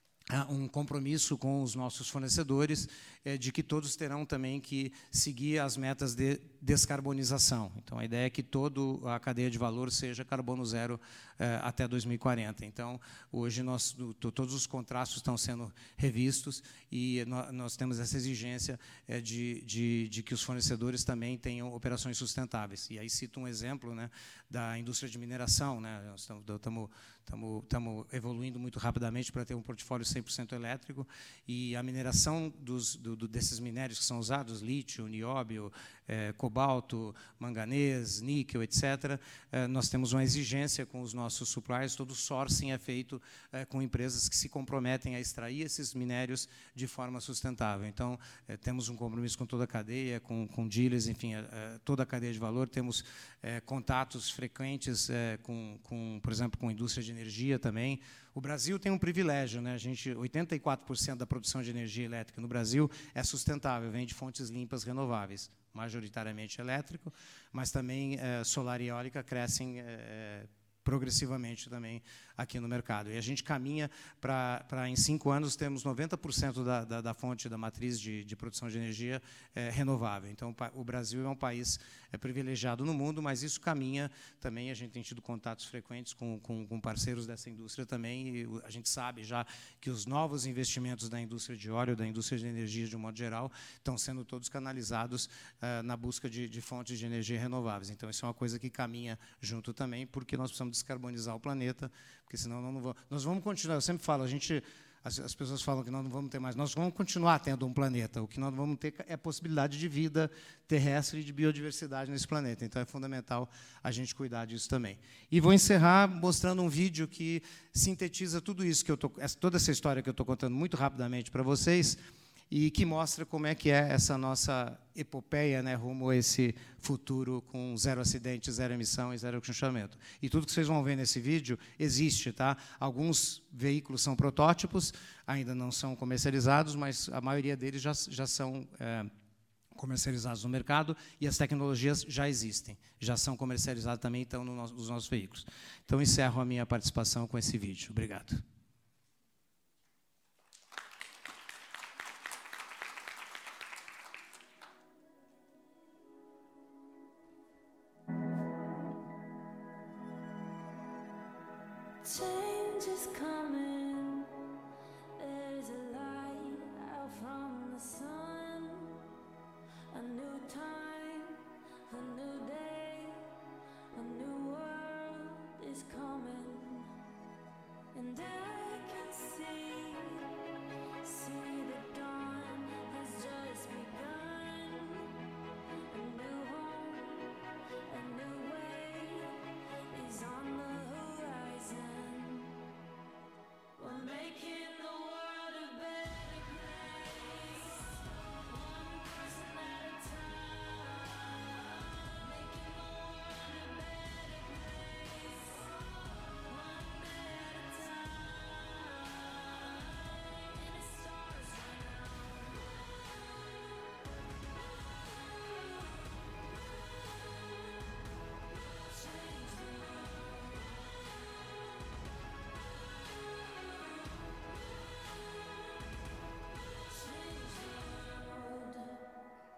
um compromisso com os nossos fornecedores é, de que todos terão também que seguir as metas de descarbonização. Então, a ideia é que toda a cadeia de valor seja carbono zero é, até dois mil e quarenta. Então, hoje, nós, do, todos os contratos estão sendo revistos e nós, nós temos essa exigência é, de, de, de que os fornecedores também tenham operações sustentáveis. E aí cito um exemplo, né, da indústria de mineração. Né? Nós estamos Estamos evoluindo muito rapidamente para ter um portfólio cem por cento elétrico, e a mineração dos, do, do, desses minérios que são usados, lítio, nióbio, é, cobalto, manganês, níquel, etcétera, é, nós temos uma exigência com os nossos suppliers, todo o sourcing é feito é, com empresas que se comprometem a extrair esses minérios de forma sustentável. Então, é, temos um compromisso com toda a cadeia, com, com dealers, enfim, é, toda a cadeia de valor, temos é, contatos frequentes é, com, com, por exemplo, com a indústria de energia também. O Brasil tem um privilégio, né? A gente, oitenta e quatro por cento da produção de energia elétrica no Brasil é sustentável, vem de fontes limpas renováveis, majoritariamente elétrico, mas também é, solar e eólica crescem é, progressivamente também aqui no mercado. E a gente caminha para, em cinco anos, temos noventa por cento da, da, da fonte, da matriz de, de produção de energia é, renovável. Então, o Brasil é um país é, privilegiado no mundo, mas isso caminha também, a gente tem tido contatos frequentes com, com, com parceiros dessa indústria também, e a gente sabe já que os novos investimentos da indústria de óleo, da indústria de energia de um modo geral, estão sendo todos canalizados uh, na busca de, de fontes de energia renováveis. Então, isso é uma coisa que caminha junto também, porque nós precisamos descarbonizar o planeta, porque senão não, não vamos, nós vamos continuar. Eu sempre falo, a gente, as, as pessoas falam que nós não vamos ter mais, nós vamos continuar tendo um planeta. O que nós vamos ter é a possibilidade de vida terrestre e de biodiversidade nesse planeta. Então, é fundamental a gente cuidar disso também. E vou encerrar mostrando um vídeo que sintetiza tudo isso que eu tô, toda essa história que eu estou contando muito rapidamente para vocês, e que mostra como é que é essa nossa epopeia, né, rumo a esse futuro com zero acidente, zero emissão e zero conchamento. E tudo que vocês vão ver nesse vídeo existe, tá? Alguns veículos são protótipos, ainda não são comercializados, mas a maioria deles já, já são é, comercializados no mercado, e as tecnologias já existem, já são comercializadas também, então, no nosso, nos nossos veículos. Então, encerro a minha participação com esse vídeo. Obrigado. Change is coming. There's a light out from the sun. A new time, a new day, a new world is coming. And I can see, see the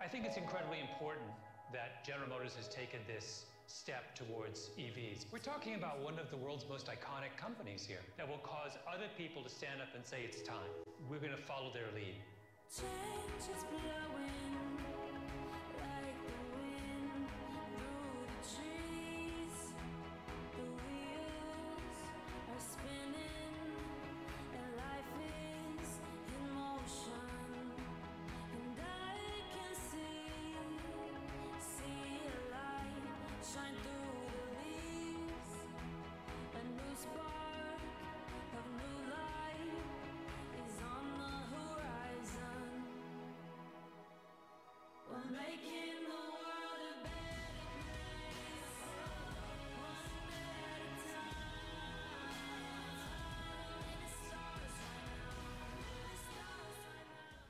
I think it's incredibly important that General Motors has taken this step towards E Vs. We're talking about one of the world's most iconic companies here that will cause other people to stand up and say it's time. We're going to follow their lead. Change is blowing like the wind through the trees. The wheels are spinning and life is in motion. And I can see, see a light shine through the leaves. A new spark of new light is on the horizon. We're making the world a better place, one day at a time. And it starts right now, it starts right now.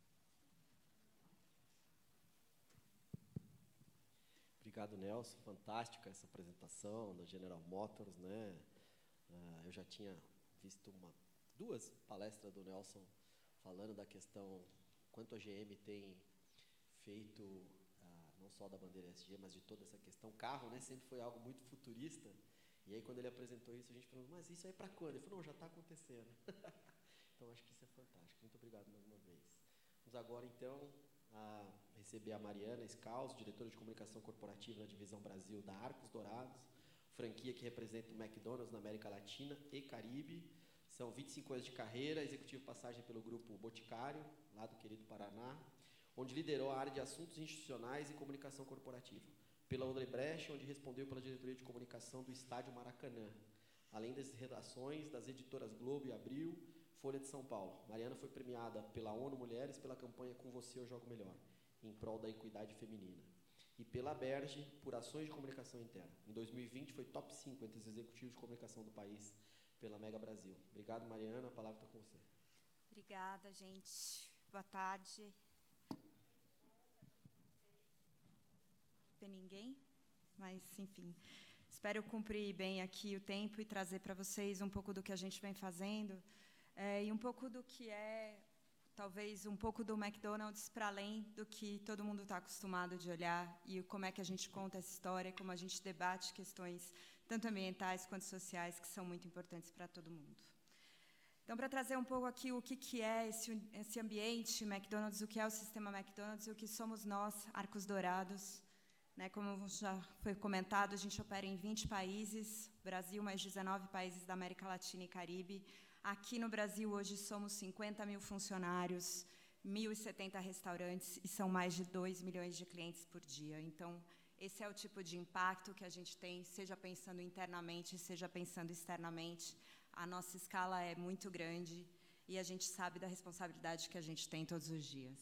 Obrigado, Nelson. Fantástica essa apresentação da General Motors, né? Ah, eu já tinha visto uma, duas palestras do Nelson falando da questão quanto a G M tem feito, ah, não só da bandeira E S G, mas de toda essa questão. Carro, né, sempre foi algo muito futurista. E aí, quando ele apresentou isso, a gente falou, mas isso aí é para quando? Ele falou, não, já está acontecendo. Então, acho que isso é fantástico. Muito obrigado mais uma vez. Vamos agora, então, a receber a Mariana Scalzo, diretora de comunicação corporativa na divisão Brasil da Arcos Dourados, franquia que representa o McDonald's na América Latina e Caribe. São vinte e cinco anos de carreira, executivo passagem pelo grupo Boticário, lá do querido Paraná, onde liderou a área de assuntos institucionais e comunicação corporativa. Pela Odebrecht, onde respondeu pela diretoria de comunicação do Estádio Maracanã, além das redações das editoras Globo e Abril, Folha de São Paulo. Mariana foi premiada pela ONU Mulheres pela campanha Com Você Eu Jogo Melhor, em prol da equidade feminina. E pela Berge, por ações de comunicação interna. Em dois mil e vinte, foi top cinco entre os executivos de comunicação do país pela Mega Brasil. Obrigado, Mariana. A palavra está com você. Obrigada, gente. Boa tarde. Tem ninguém? Mas, enfim, espero cumprir bem aqui o tempo e trazer para vocês um pouco do que a gente vem fazendo é, e um pouco do que é, talvez, um pouco do McDonald's para além do que todo mundo está acostumado de olhar e como é que a gente conta essa história, como a gente debate questões tanto ambientais quanto sociais que são muito importantes para todo mundo. Então, para trazer um pouco aqui o que, que é esse, esse ambiente McDonald's, o que é o sistema McDonald's e o que somos nós, Arcos Dourados. Né, como já foi comentado, a gente opera em vinte países, Brasil, mais dezenove países da América Latina e Caribe. Aqui no Brasil, hoje, somos cinquenta mil funcionários, mil e setenta restaurantes e são mais de dois milhões de clientes por dia. Então, esse é o tipo de impacto que a gente tem, seja pensando internamente, seja pensando externamente. A nossa escala é muito grande e a gente sabe da responsabilidade que a gente tem todos os dias.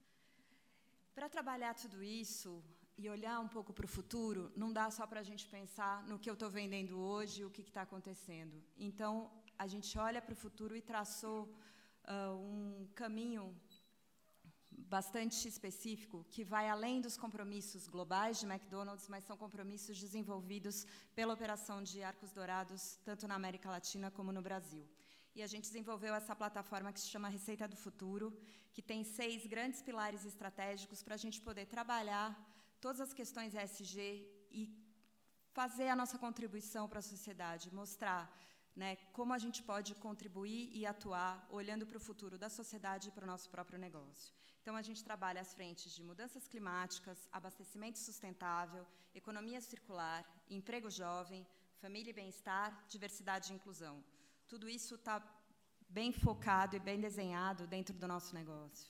Para trabalhar tudo isso e olhar um pouco para o futuro, não dá só para a gente pensar no que eu estou vendendo hoje e o que está acontecendo. Então, a gente olha para o futuro e traçou uh, um caminho bastante específico que vai além dos compromissos globais de McDonald's, mas são compromissos desenvolvidos pela operação de Arcos Dourados, tanto na América Latina como no Brasil. E a gente desenvolveu essa plataforma que se chama Receita do Futuro, que tem seis grandes pilares estratégicos para a gente poder trabalhar todas as questões E S G e fazer a nossa contribuição para a sociedade, mostrar, né, como a gente pode contribuir e atuar olhando para o futuro da sociedade e para o nosso próprio negócio. Então, a gente trabalha as frentes de mudanças climáticas, abastecimento sustentável, economia circular, emprego jovem, família e bem-estar, diversidade e inclusão. Tudo isso está bem focado e bem desenhado dentro do nosso negócio.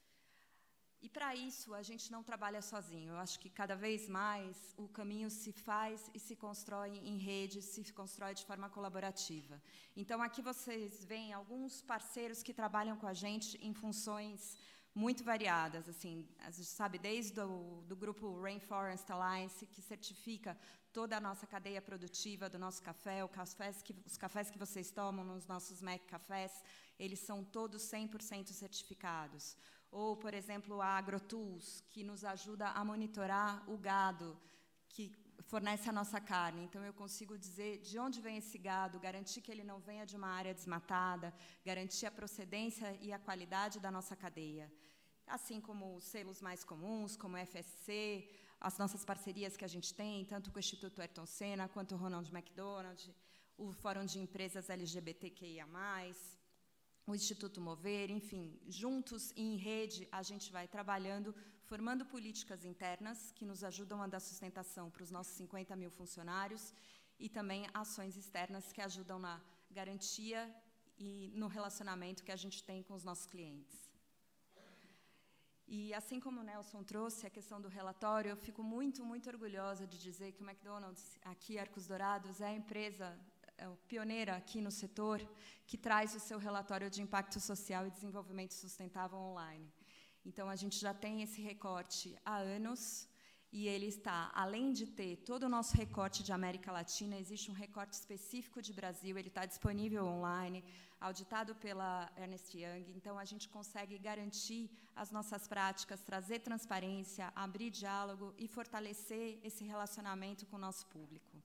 E, para isso, a gente não trabalha sozinho. Eu acho que, cada vez mais, o caminho se faz e se constrói em rede, se constrói de forma colaborativa. Então, aqui vocês veem alguns parceiros que trabalham com a gente em funções muito variadas. Assim, a gente sabe, desde o do grupo Rainforest Alliance, que certifica toda a nossa cadeia produtiva do nosso café, o cafés que, os cafés que vocês tomam nos nossos Mac Cafés, eles são todos cem por cento certificados. Ou, por exemplo, a AgroTools, que nos ajuda a monitorar o gado que fornece a nossa carne. Então, eu consigo dizer de onde vem esse gado, garantir que ele não venha de uma área desmatada, garantir a procedência e a qualidade da nossa cadeia. assim como os selos mais comuns, como o F S C, as nossas parcerias que a gente tem, tanto com o Instituto Ayrton Senna, quanto o Ronald McDonald, o Fórum de Empresas L G B T Q I A mais, o Instituto Mover, enfim, juntos e em rede, a gente vai trabalhando, formando políticas internas que nos ajudam a dar sustentação para os nossos cinquenta mil funcionários e também ações externas que ajudam na garantia e no relacionamento que a gente tem com os nossos clientes. E, assim como o Nelson trouxe a questão do relatório, eu fico muito, muito orgulhosa de dizer que o McDonald's, aqui Arcos Dourados, é a empresa é, pioneira aqui no setor que traz o seu relatório de impacto social e desenvolvimento sustentável online. Então, a gente já tem esse recorte há anos, e ele está, além de ter todo o nosso recorte de América Latina, existe um recorte específico de Brasil, ele está disponível online, auditado pela Ernst Young, então a gente consegue garantir as nossas práticas, trazer transparência, abrir diálogo e fortalecer esse relacionamento com o nosso público.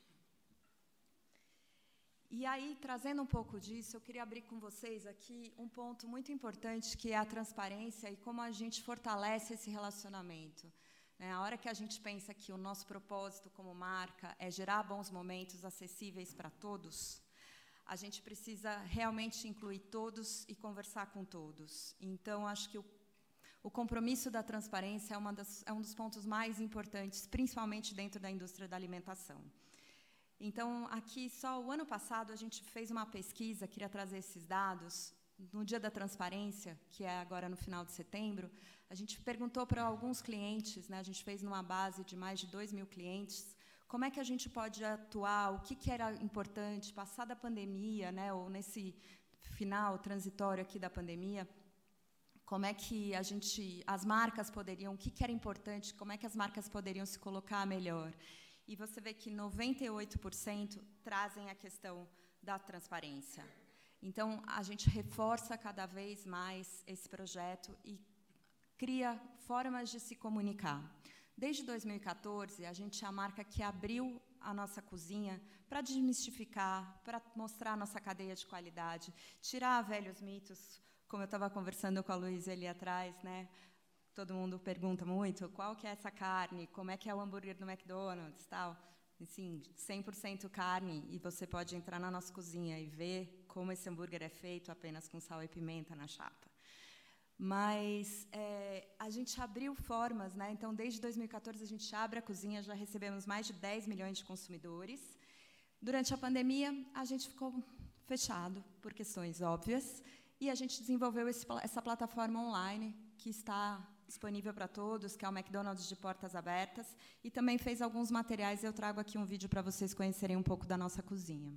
E aí, trazendo um pouco disso, eu queria abrir com vocês aqui um ponto muito importante, que é a transparência e como a gente fortalece esse relacionamento. A hora que a gente pensa que o nosso propósito como marca é gerar bons momentos acessíveis para todos, a gente precisa realmente incluir todos e conversar com todos. Então, acho que o, o compromisso da transparência é, uma das, é um dos pontos mais importantes, principalmente dentro da indústria da alimentação. Então, aqui, só o ano passado, a gente fez uma pesquisa, queria trazer esses dados. No Dia da Transparência, que é agora no final de setembro, a gente perguntou para alguns clientes, né, a gente fez numa base de mais de dois mil clientes, como é que a gente pode atuar, o que, que era importante, passada a pandemia, né, ou nesse final transitório aqui da pandemia, como é que a gente, as marcas poderiam, o que, que era importante, como é que as marcas poderiam se colocar melhor. E você vê que noventa e oito por cento trazem a questão da transparência. Então, a gente reforça cada vez mais esse projeto e cria formas de se comunicar. Desde dois mil e quatorze, a gente é a marca que abriu a nossa cozinha para desmistificar, para mostrar a nossa cadeia de qualidade, tirar velhos mitos, como eu estava conversando com a Luísa ali atrás, né? Todo mundo pergunta muito, qual que é essa carne, como é que é o hambúrguer do McDonald's, tal. Assim, cem por cento carne, e você pode entrar na nossa cozinha e ver como esse hambúrguer é feito apenas com sal e pimenta na chapa. Mas é, a gente abriu formas, né? Então, desde dois mil e quatorze, a gente abre a cozinha, já recebemos mais de dez milhões de consumidores. Durante a pandemia, a gente ficou fechado, por questões óbvias, e a gente desenvolveu esse, essa plataforma online, que está disponível para todos, que é o McDonald's de Portas Abertas, e também fez alguns materiais, eu trago aqui um vídeo para vocês conhecerem um pouco da nossa cozinha.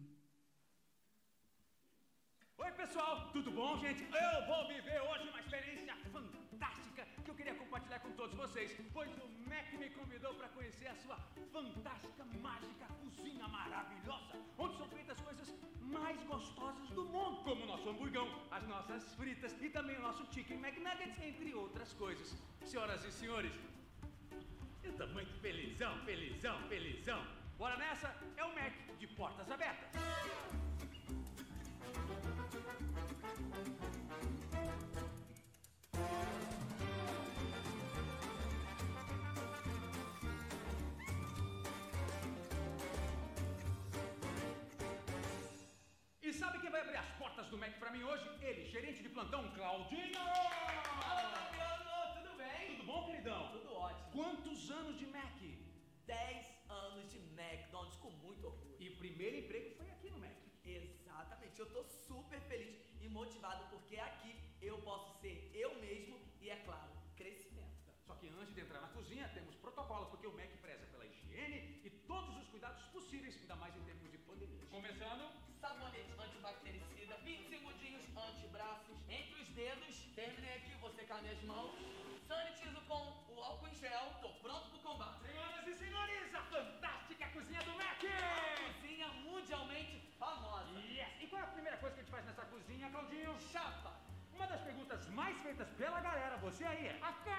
Oi, pessoal, tudo bom, gente? Eu vou viver hoje uma experiência fantástica que eu queria compartilhar com todos vocês, pois o Mac me convidou para conhecer a sua fantástica, mágica cozinha maravilhosa, onde são feitas coisas mais gostosas do mundo, como o nosso hamburgão, as nossas fritas e também o nosso Chicken McNuggets, entre outras coisas. Senhoras e senhores, eu tô muito felizão, felizão, felizão. Bora nessa? É o Mac de Portas Abertas. E sabe quem vai abrir as portas do Mac pra mim hoje? Ele, gerente de plantão, Claudinho! Fala, Fabiano, tudo bem? Tudo bom, queridão? Tudo ótimo. Quantos anos de Mac? Dez anos de McDonald's, com muito orgulho. E primeiro emprego foi aqui no Mac. Exatamente, eu tô super feliz e motivado porque aqui eu posso ser eu mesmo e, é claro, crescimento. Só que antes de entrar na cozinha, temos protocolos, porque o Mac preza pela higiene e todos os cuidados possíveis, ainda mais em tempos de pandemia. Começando... sabonete antibactericida, vinte segundinhos antebraços, entre os dedos, terminei aqui, vou secar minhas mãos, sanitizo com o álcool em gel, tô pronto pro combate. Senhoras e senhores, a fantástica cozinha do Mac! A cozinha mundialmente famosa. Yes! E qual é a primeira coisa que a gente faz nessa cozinha, Claudinho? Chapa! Uma das perguntas mais feitas pela galera, você aí, é: a carne do Mac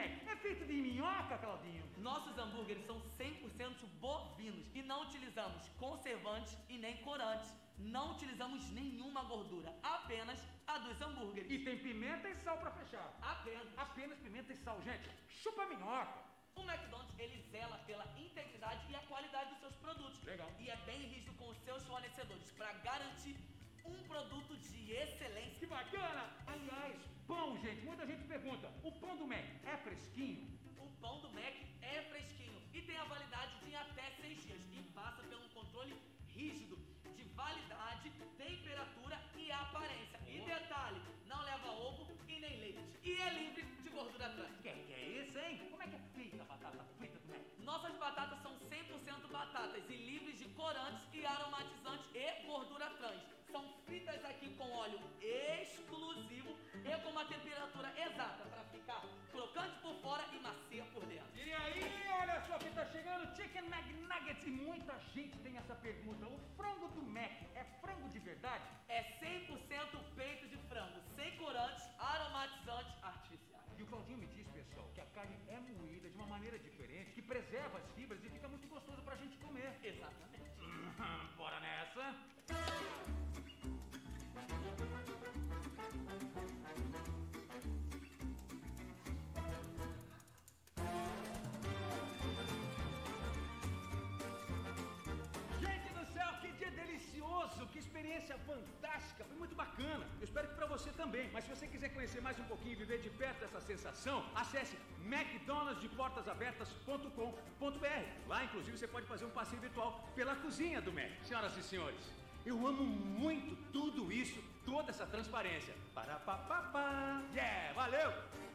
Gente, é feito de minhoca, Claudinho? Nossos hambúrgueres são cem por cento bovinos e não utilizamos conservantes e nem corantes. Não utilizamos nenhuma gordura, apenas a dos hambúrgueres. E tem pimenta e sal pra fechar. Apenas. Apenas pimenta e sal, gente. Chupa a minhoca. O McDonald's, ele zela pela integridade e a qualidade dos seus produtos. Legal. E é bem rígido com os seus fornecedores para garantir um produto de excelência. Que bacana! Aliás, pão, gente. Muita gente pergunta, o pão do Mac é fresquinho? O pão do Mac é fresquinho e tem a validade de até seis dias e passa por um controle rígido de validade, temperatura e aparência. E detalhe, não leva ovo e nem leite. E é livre de gordura trans. Que que é isso, hein? Como é que é feita a batata frita do Mac? Nossas batatas são cem por cento batatas e livres de corantes e aromatizantes e gordura trans. São fritas aqui com óleo exclusivo e com uma temperatura exata para ficar crocante por fora e macia por dentro. E aí, olha só que tá chegando Chicken McNuggets e muita gente tem essa pergunta. O frango do Mac é frango de verdade? É cem por cento peito de frango, sem corantes, aromatizantes artificiais. E o Claudinho me diz, pessoal, que a carne é moída de uma maneira diferente, que preserva as fibras e fica muito gostoso pra gente comer. Exatamente. Bora nessa. Gente do céu, que dia delicioso, que experiência fantástica, foi muito bacana. Eu espero que pra você também, mas se você quiser conhecer mais um pouquinho e viver de perto dessa sensação, acesse mcdonalds de portas abertas ponto com ponto br. Lá, inclusive, você pode fazer um passeio virtual pela cozinha do Mac. Senhoras e senhores, eu amo muito tudo isso, toda essa transparência. Parapapapá. Yeah, valeu!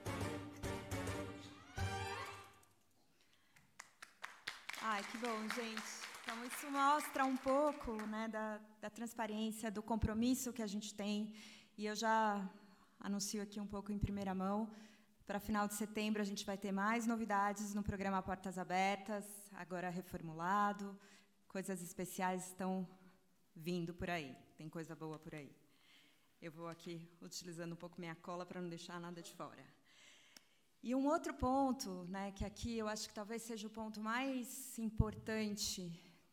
Ai, que bom, gente. Então, isso mostra um pouco, né, da, da transparência, do compromisso que a gente tem. E eu já anuncio aqui um pouco em primeira mão. Para final de setembro, a gente vai ter mais novidades no programa Portas Abertas, agora reformulado. Coisas especiais estão vindo por aí. Tem coisa boa por aí. Eu vou aqui utilizando um pouco minha cola para não deixar nada de fora. E um outro ponto, né, que aqui eu acho que talvez seja o ponto mais importante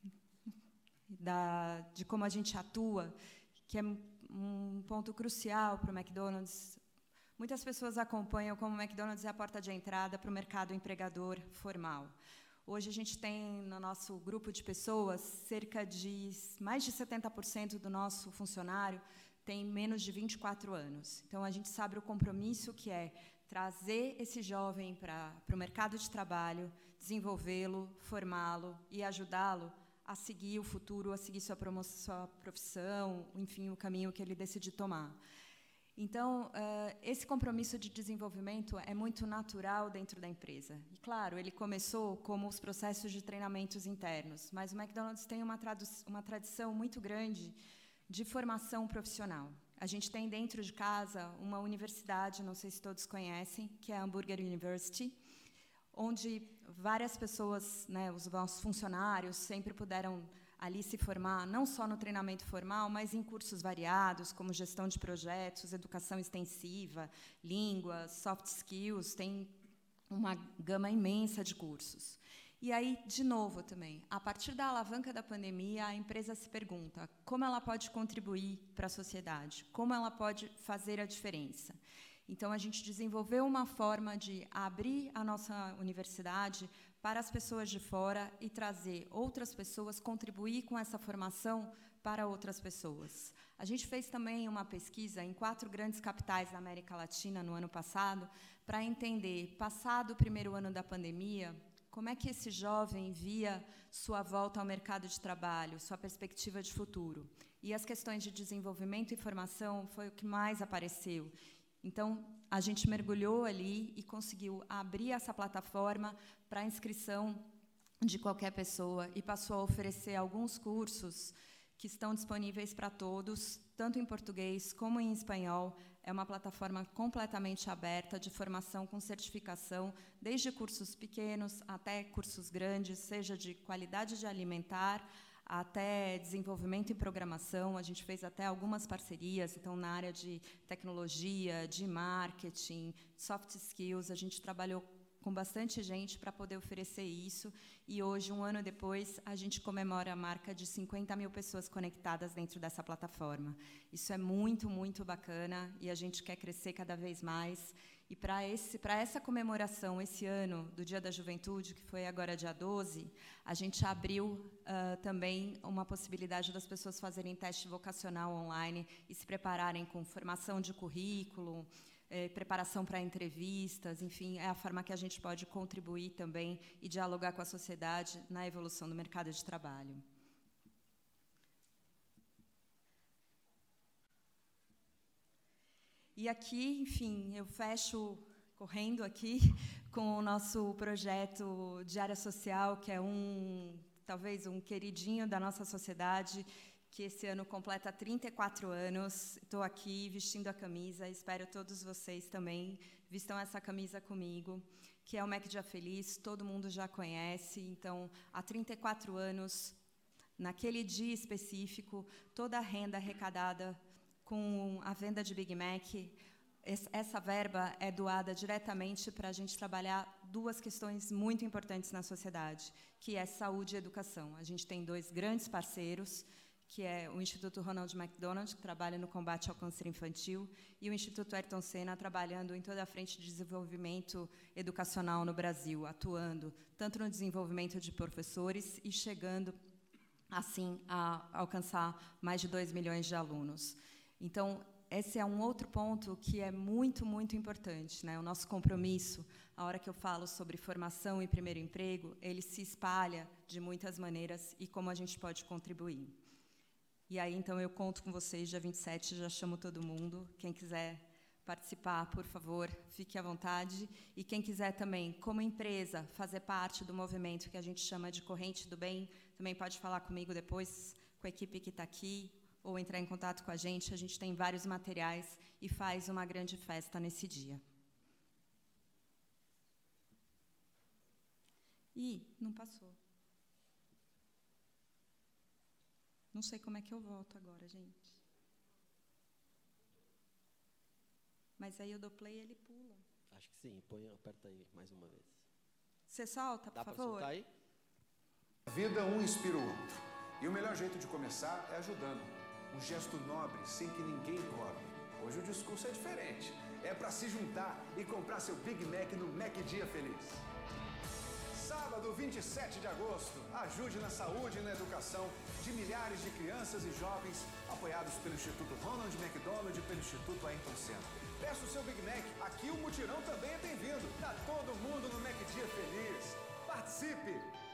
da, de como a gente atua, que é um ponto crucial para o McDonald's. Muitas pessoas acompanham como o McDonald's é a porta de entrada para o mercado empregador formal. Hoje a gente tem no nosso grupo de pessoas cerca de mais de setenta por cento do nosso funcionário tem menos de vinte e quatro anos. Então a gente sabe o compromisso que é trazer esse jovem para para o mercado de trabalho, desenvolvê-lo, formá-lo e ajudá-lo a seguir o futuro, a seguir sua, promoção, sua profissão, enfim, o caminho que ele decidir tomar. Então, uh, esse compromisso de desenvolvimento é muito natural dentro da empresa. E, claro, ele começou como os processos de treinamentos internos, mas o McDonald's tem uma, uma tradição muito grande de formação profissional. A gente tem dentro de casa uma universidade, não sei se todos conhecem, que é a Hamburger University, onde várias pessoas, né, os nossos funcionários, sempre puderam ali se formar, não só no treinamento formal, mas em cursos variados, como gestão de projetos, educação extensiva, línguas, soft skills, tem uma gama imensa de cursos. E aí, de novo também, a partir da alavanca da pandemia, a empresa se pergunta como ela pode contribuir para a sociedade, como ela pode fazer a diferença. Então, a gente desenvolveu uma forma de abrir a nossa universidade para as pessoas de fora e trazer outras pessoas, contribuir com essa formação para outras pessoas. A gente fez também uma pesquisa em quatro grandes capitais da América Latina no ano passado, para entender, passado o primeiro ano da pandemia, como é que esse jovem via sua volta ao mercado de trabalho, sua perspectiva de futuro. E as questões de desenvolvimento e formação foi o que mais apareceu. Então, a gente mergulhou ali e conseguiu abrir essa plataforma para a inscrição de qualquer pessoa e passou a oferecer alguns cursos que estão disponíveis para todos, tanto em português como em espanhol. É uma plataforma completamente aberta de formação com certificação, desde cursos pequenos até cursos grandes, seja de qualidade de alimentar, até desenvolvimento e programação. A gente fez até algumas parcerias, então, na área de tecnologia, de marketing, soft skills. A gente trabalhou com bastante gente para poder oferecer isso. E hoje, um ano depois, a gente comemora a marca de cinquenta mil pessoas conectadas dentro dessa plataforma. Isso é muito, muito bacana e a gente quer crescer cada vez mais. E para esse, para essa comemoração, esse ano, do Dia da Juventude, que foi agora dia doze, a gente abriu uh, também uma possibilidade das pessoas fazerem teste vocacional online e se prepararem com formação de currículo, eh, preparação para entrevistas, enfim, é a forma que a gente pode contribuir também e dialogar com a sociedade na evolução do mercado de trabalho. E aqui, enfim, eu fecho correndo aqui com o nosso projeto de área social, que é um, talvez um queridinho da nossa sociedade, que esse ano completa trinta e quatro anos. Estou aqui vestindo a camisa, espero todos vocês também vistam essa camisa comigo, que é o Mac Dia Feliz, todo mundo já conhece. Então, há trinta e quatro anos, naquele dia específico, toda a renda arrecadada com a venda de Big Mac, essa verba é doada diretamente para a gente trabalhar duas questões muito importantes na sociedade, que é saúde e educação. A gente tem dois grandes parceiros, que é o Instituto Ronald McDonald, que trabalha no combate ao câncer infantil, e o Instituto Ayrton Senna, trabalhando em toda a frente de desenvolvimento educacional no Brasil, atuando tanto no desenvolvimento de professores e chegando, assim, a alcançar mais de dois milhões de alunos. Então, esse é um outro ponto que é muito, muito importante, né? O nosso compromisso, a hora que eu falo sobre formação e primeiro emprego, ele se espalha de muitas maneiras e como a gente pode contribuir. E aí, então, eu conto com vocês, dia vinte e sete, já chamo todo mundo. Quem quiser participar, por favor, fique à vontade. E quem quiser também, como empresa, fazer parte do movimento que a gente chama de Corrente do Bem, também pode falar comigo depois, com a equipe que está aqui, ou entrar em contato com a gente. A gente tem vários materiais e faz uma grande festa nesse dia. Ih, não passou. Não sei como é que eu volto agora, gente. Mas aí eu dou play e ele pula. Acho que sim. Põe, aperta aí mais uma vez. Você solta, por Dá favor? Dá para soltar aí? A vida um inspira o outro. E o melhor jeito de começar é ajudando. Um gesto nobre, sem que ninguém cobre. Hoje o discurso é diferente. É para se juntar e comprar seu Big Mac no Mac Dia Feliz. Sábado, vinte e sete de agosto, ajude na saúde e na educação de milhares de crianças e jovens apoiados pelo Instituto Ronald McDonald e pelo Instituto Ayrton Senna. Peça o seu Big Mac, aqui o mutirão também é bem-vindo. Tá todo mundo no Mac Dia Feliz. Participe!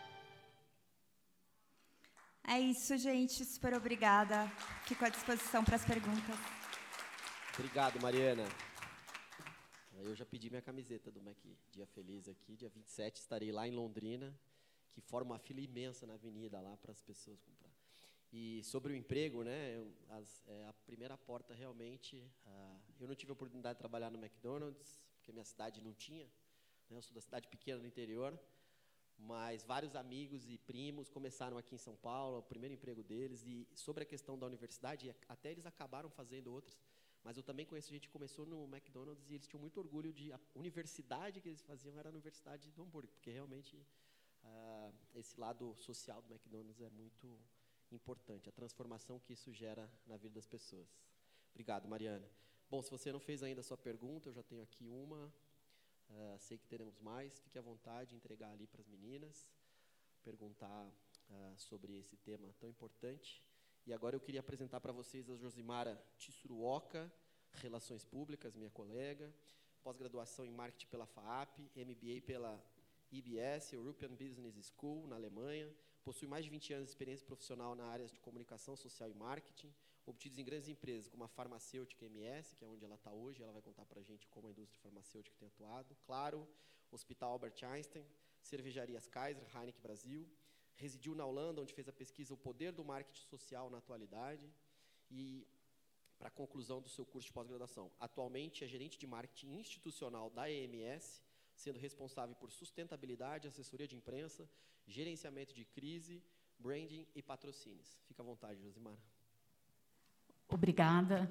É isso, gente. Super obrigada. Fico à disposição para as perguntas. Obrigado, Mariana. Eu já pedi minha camiseta do Mac Dia Feliz aqui. Dia vinte e sete estarei lá em Londrina, que forma uma fila imensa na avenida lá para as pessoas comprar. E sobre o emprego, né, eu, as, é, a primeira porta realmente... Uh, eu não tive a oportunidade de trabalhar no McDonald's, porque minha cidade não tinha. Né, eu sou da cidade pequena do interior. Mas vários amigos e primos começaram aqui em São Paulo, o primeiro emprego deles. E sobre a questão da universidade, até eles acabaram fazendo outras. Mas eu também conheço gente que começou no McDonald's e eles tinham muito orgulho de... A universidade que eles faziam era a Universidade do Hambúrguer, porque realmente uh, esse lado social do McDonald's é muito importante, a transformação que isso gera na vida das pessoas. Obrigado, Mariana. Bom, se você não fez ainda a sua pergunta, eu já tenho aqui uma. Uh, sei que teremos mais. Fique à vontade de entregar ali para as meninas, perguntar uh, sobre esse tema tão importante. E agora eu queria apresentar para vocês a Josimara Tsuruoka, Relações Públicas, minha colega, pós-graduação em Marketing pela FAAP, M B A pela E B S, European Business School, na Alemanha, possui mais de vinte anos de experiência profissional na área de comunicação social e marketing, obtidos em grandes empresas como a farmacêutica M S, que é onde ela está hoje, ela vai contar para a gente como a indústria farmacêutica tem atuado, claro, Hospital Albert Einstein, Cervejarias Kaiser, Heineken Brasil, residiu na Holanda, onde fez a pesquisa O Poder do Marketing Social na Atualidade e para a conclusão do seu curso de pós-graduação. Atualmente é gerente de marketing institucional da E M S, sendo responsável por sustentabilidade, assessoria de imprensa, gerenciamento de crise, branding e patrocínios. Fica à vontade, Josimara. Obrigada.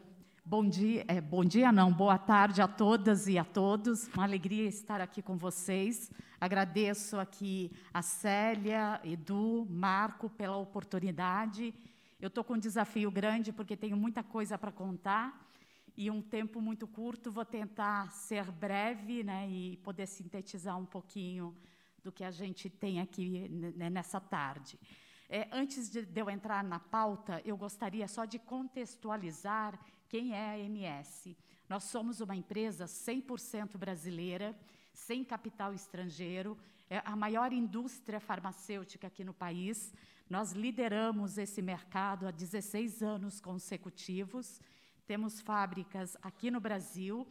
Bom dia, é, bom dia não, boa tarde a todas e a todos. Uma alegria estar aqui com vocês. Agradeço aqui a Célia, Edu, Marco pela oportunidade. Eu estou com um desafio grande porque tenho muita coisa para contar e um tempo muito curto. Vou tentar ser breve, né, e poder sintetizar um pouquinho do que a gente tem aqui nessa tarde. É, antes de eu entrar na pauta, eu gostaria só de contextualizar quem é a A M S. Nós somos uma empresa cem por cento brasileira, sem capital estrangeiro, é a maior indústria farmacêutica aqui no país. Nós lideramos esse mercado há dezesseis anos consecutivos. Temos fábricas aqui no Brasil,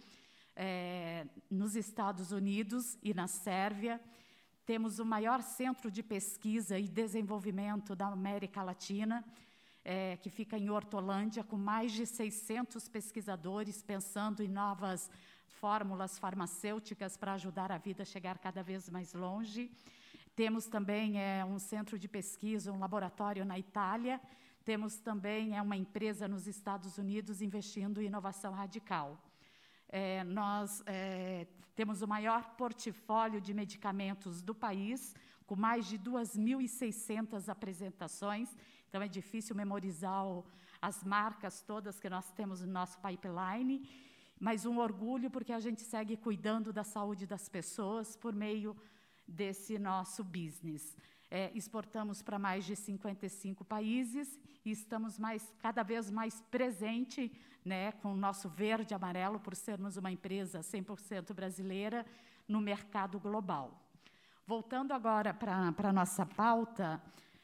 é, nos Estados Unidos e na Sérvia. Temos o maior centro de pesquisa e desenvolvimento da América Latina, é, que fica em Hortolândia, com mais de seiscentos pesquisadores pensando em novas fórmulas farmacêuticas para ajudar a vida a chegar cada vez mais longe. Temos também é, um centro de pesquisa, um laboratório na Itália. Temos também é, uma empresa nos Estados Unidos investindo em inovação radical. É, nós é, temos o maior portfólio de medicamentos do país, com mais de duas mil e seiscentas apresentações. Então, é difícil memorizar o, as marcas todas que nós temos no nosso pipeline, mas um orgulho porque a gente segue cuidando da saúde das pessoas por meio desse nosso business. É, exportamos para mais de cinquenta e cinco países e estamos mais, cada vez mais presente, né, com o nosso verde e amarelo, por sermos uma empresa cem por cento brasileira, no mercado global. Voltando agora para a nossa pauta,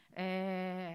é,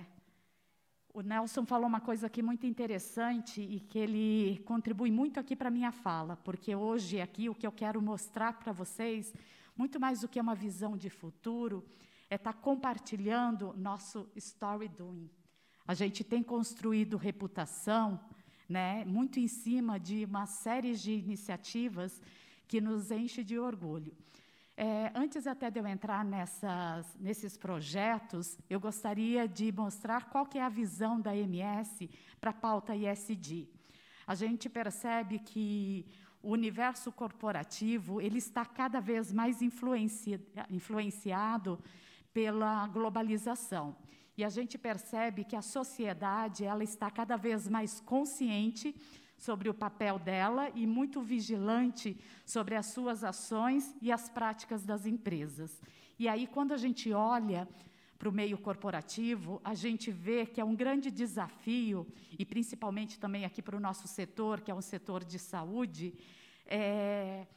o Nelson falou uma coisa aqui muito interessante e que ele contribui muito aqui para a minha fala, porque hoje aqui o que eu quero mostrar para vocês, muito mais do que uma visão de futuro, é estar compartilhando nosso story doing. A gente tem construído reputação, né, muito em cima de uma série de iniciativas que nos enche de orgulho. É, antes até de eu entrar nessas, nesses projetos, eu gostaria de mostrar qual que é a visão da A M S para a pauta E S G. A gente percebe que o universo corporativo ele está cada vez mais influenci, influenciado pela globalização. E a gente percebe que a sociedade ela está cada vez mais consciente sobre o papel dela e muito vigilante sobre as suas ações e as práticas das empresas. E aí, quando a gente olha para o meio corporativo, a gente vê que é um grande desafio, e principalmente também aqui para o nosso setor, que é um setor de saúde, é,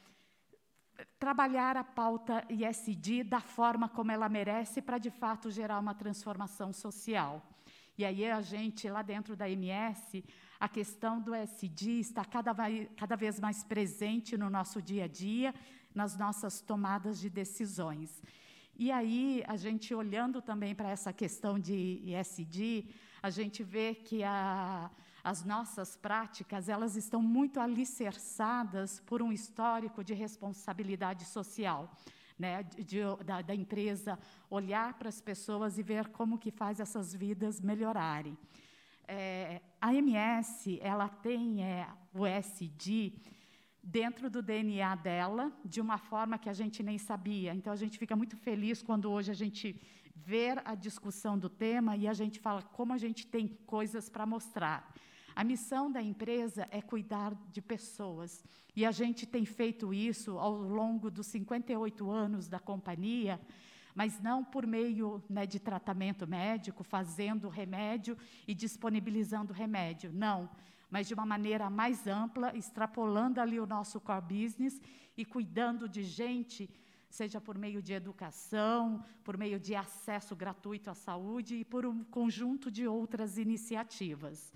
trabalhar a pauta E S G da forma como ela merece para, de fato, gerar uma transformação social. E aí a gente, lá dentro da A M S, a questão do E S G está cada, cada vez mais presente no nosso dia a dia, nas nossas tomadas de decisões. E aí, a gente olhando também para essa questão de E S G, a gente vê que a, as nossas práticas elas estão muito alicerçadas por um histórico de responsabilidade social, né, de, de, da, da empresa olhar para as pessoas e ver como que faz essas vidas melhorarem. É, a A M S ela tem é, o E S G dentro do D N A dela, de uma forma que a gente nem sabia. Então, a gente fica muito feliz quando hoje a gente vê a discussão do tema e a gente fala como a gente tem coisas para mostrar. A missão da empresa é cuidar de pessoas. E a gente tem feito isso ao longo dos cinquenta e oito anos da companhia, mas não por meio, né, de tratamento médico, fazendo remédio e disponibilizando remédio, não, mas de uma maneira mais ampla, extrapolando ali o nosso core business e cuidando de gente, seja por meio de educação, por meio de acesso gratuito à saúde e por um conjunto de outras iniciativas.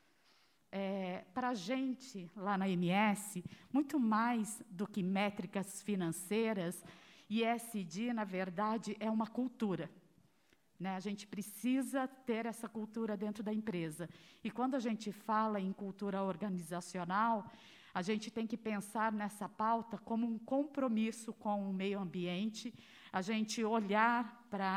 É, para a gente, lá na A M S, muito mais do que métricas financeiras, E S G, na verdade, é uma cultura. Né? A gente precisa ter essa cultura dentro da empresa. E quando a gente fala em cultura organizacional, a gente tem que pensar nessa pauta como um compromisso com o meio ambiente, a gente olhar para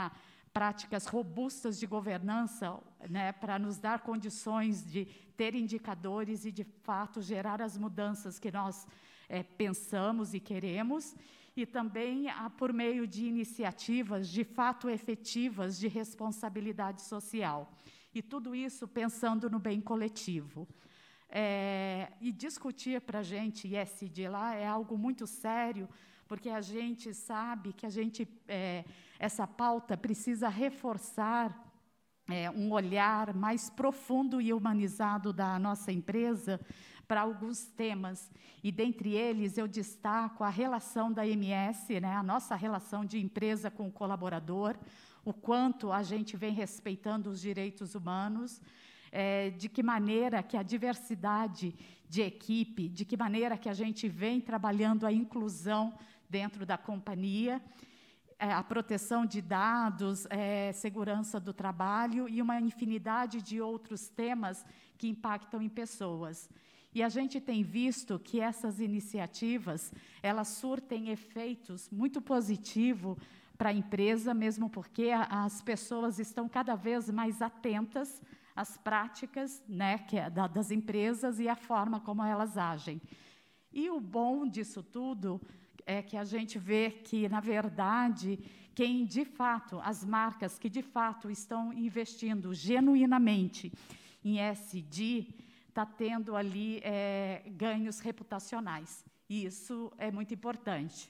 práticas robustas de governança, né, para nos dar condições de ter indicadores e, de fato, gerar as mudanças que nós é, pensamos e queremos, e também ah, por meio de iniciativas, de fato, efetivas de responsabilidade social. E tudo isso pensando no bem coletivo. É, e discutir para a gente E S G lá é algo muito sério, porque a gente sabe que a gente, é, essa pauta precisa reforçar é, um olhar mais profundo e humanizado da nossa empresa para alguns temas. E, dentre eles, eu destaco a relação da M S, né, a nossa relação de empresa com o colaborador, o quanto a gente vem respeitando os direitos humanos, é, de que maneira que a diversidade de equipe, de que maneira que a gente vem trabalhando a inclusão dentro da companhia, é, a proteção de dados, é, segurança do trabalho e uma infinidade de outros temas que impactam em pessoas. E a gente tem visto que essas iniciativas, elas surtem efeitos muito positivos para a empresa, mesmo porque a, as pessoas estão cada vez mais atentas às práticas, né, que é da, das empresas e a forma como elas agem. E o bom disso tudo é que a gente vê que, na verdade, quem de fato, as marcas que de fato estão investindo genuinamente em E S G, está tendo ali é, ganhos reputacionais. E isso é muito importante.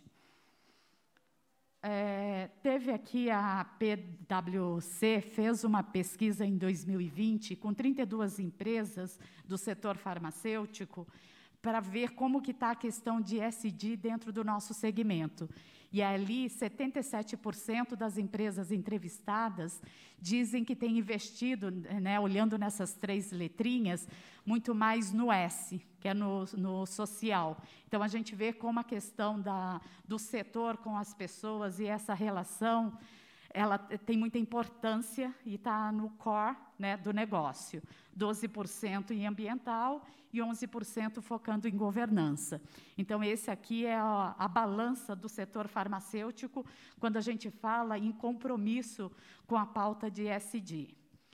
É, teve aqui a P W C, fez uma pesquisa em dois mil e vinte com trinta e duas empresas do setor farmacêutico para ver como que está a questão de E S G dentro do nosso segmento. E ali, setenta e sete por cento das empresas entrevistadas dizem que têm investido, né, olhando nessas três letrinhas, muito mais no S, que é no, no social. Então, a gente vê como a questão da, do setor com as pessoas e essa relação, ela tem muita importância e está no core, né, do negócio. doze por cento em ambiental e onze por cento focando em governança. Então, esse aqui é a, a balança do setor farmacêutico quando a gente fala em compromisso com a pauta de E S G.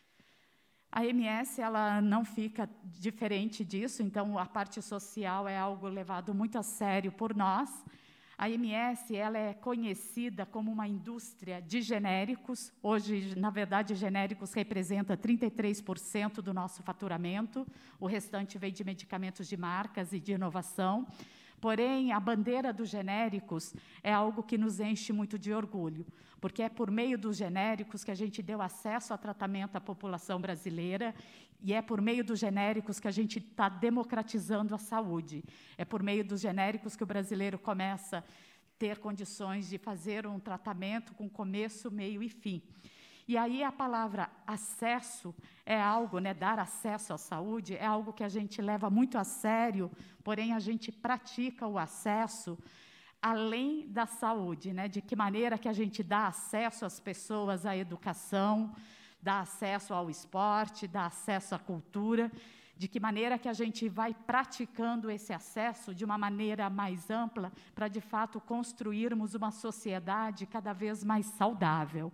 A M S ela não fica diferente disso, então a parte social é algo levado muito a sério por nós. A M S ela é conhecida como uma indústria de genéricos. Hoje, na verdade, genéricos representa trinta e três por cento do nosso faturamento. O restante vem de medicamentos de marcas e de inovação. Porém, a bandeira dos genéricos é algo que nos enche muito de orgulho, porque é por meio dos genéricos que a gente deu acesso a tratamento à população brasileira e é por meio dos genéricos que a gente está democratizando a saúde. É por meio dos genéricos que o brasileiro começa a ter condições de fazer um tratamento com começo, meio e fim. E aí a palavra acesso é algo, né, dar acesso à saúde, é algo que a gente leva muito a sério, porém a gente pratica o acesso além da saúde, né, de que maneira que a gente dá acesso às pessoas à educação, dá acesso ao esporte, dá acesso à cultura, de que maneira que a gente vai praticando esse acesso de uma maneira mais ampla para, de fato, construirmos uma sociedade cada vez mais saudável.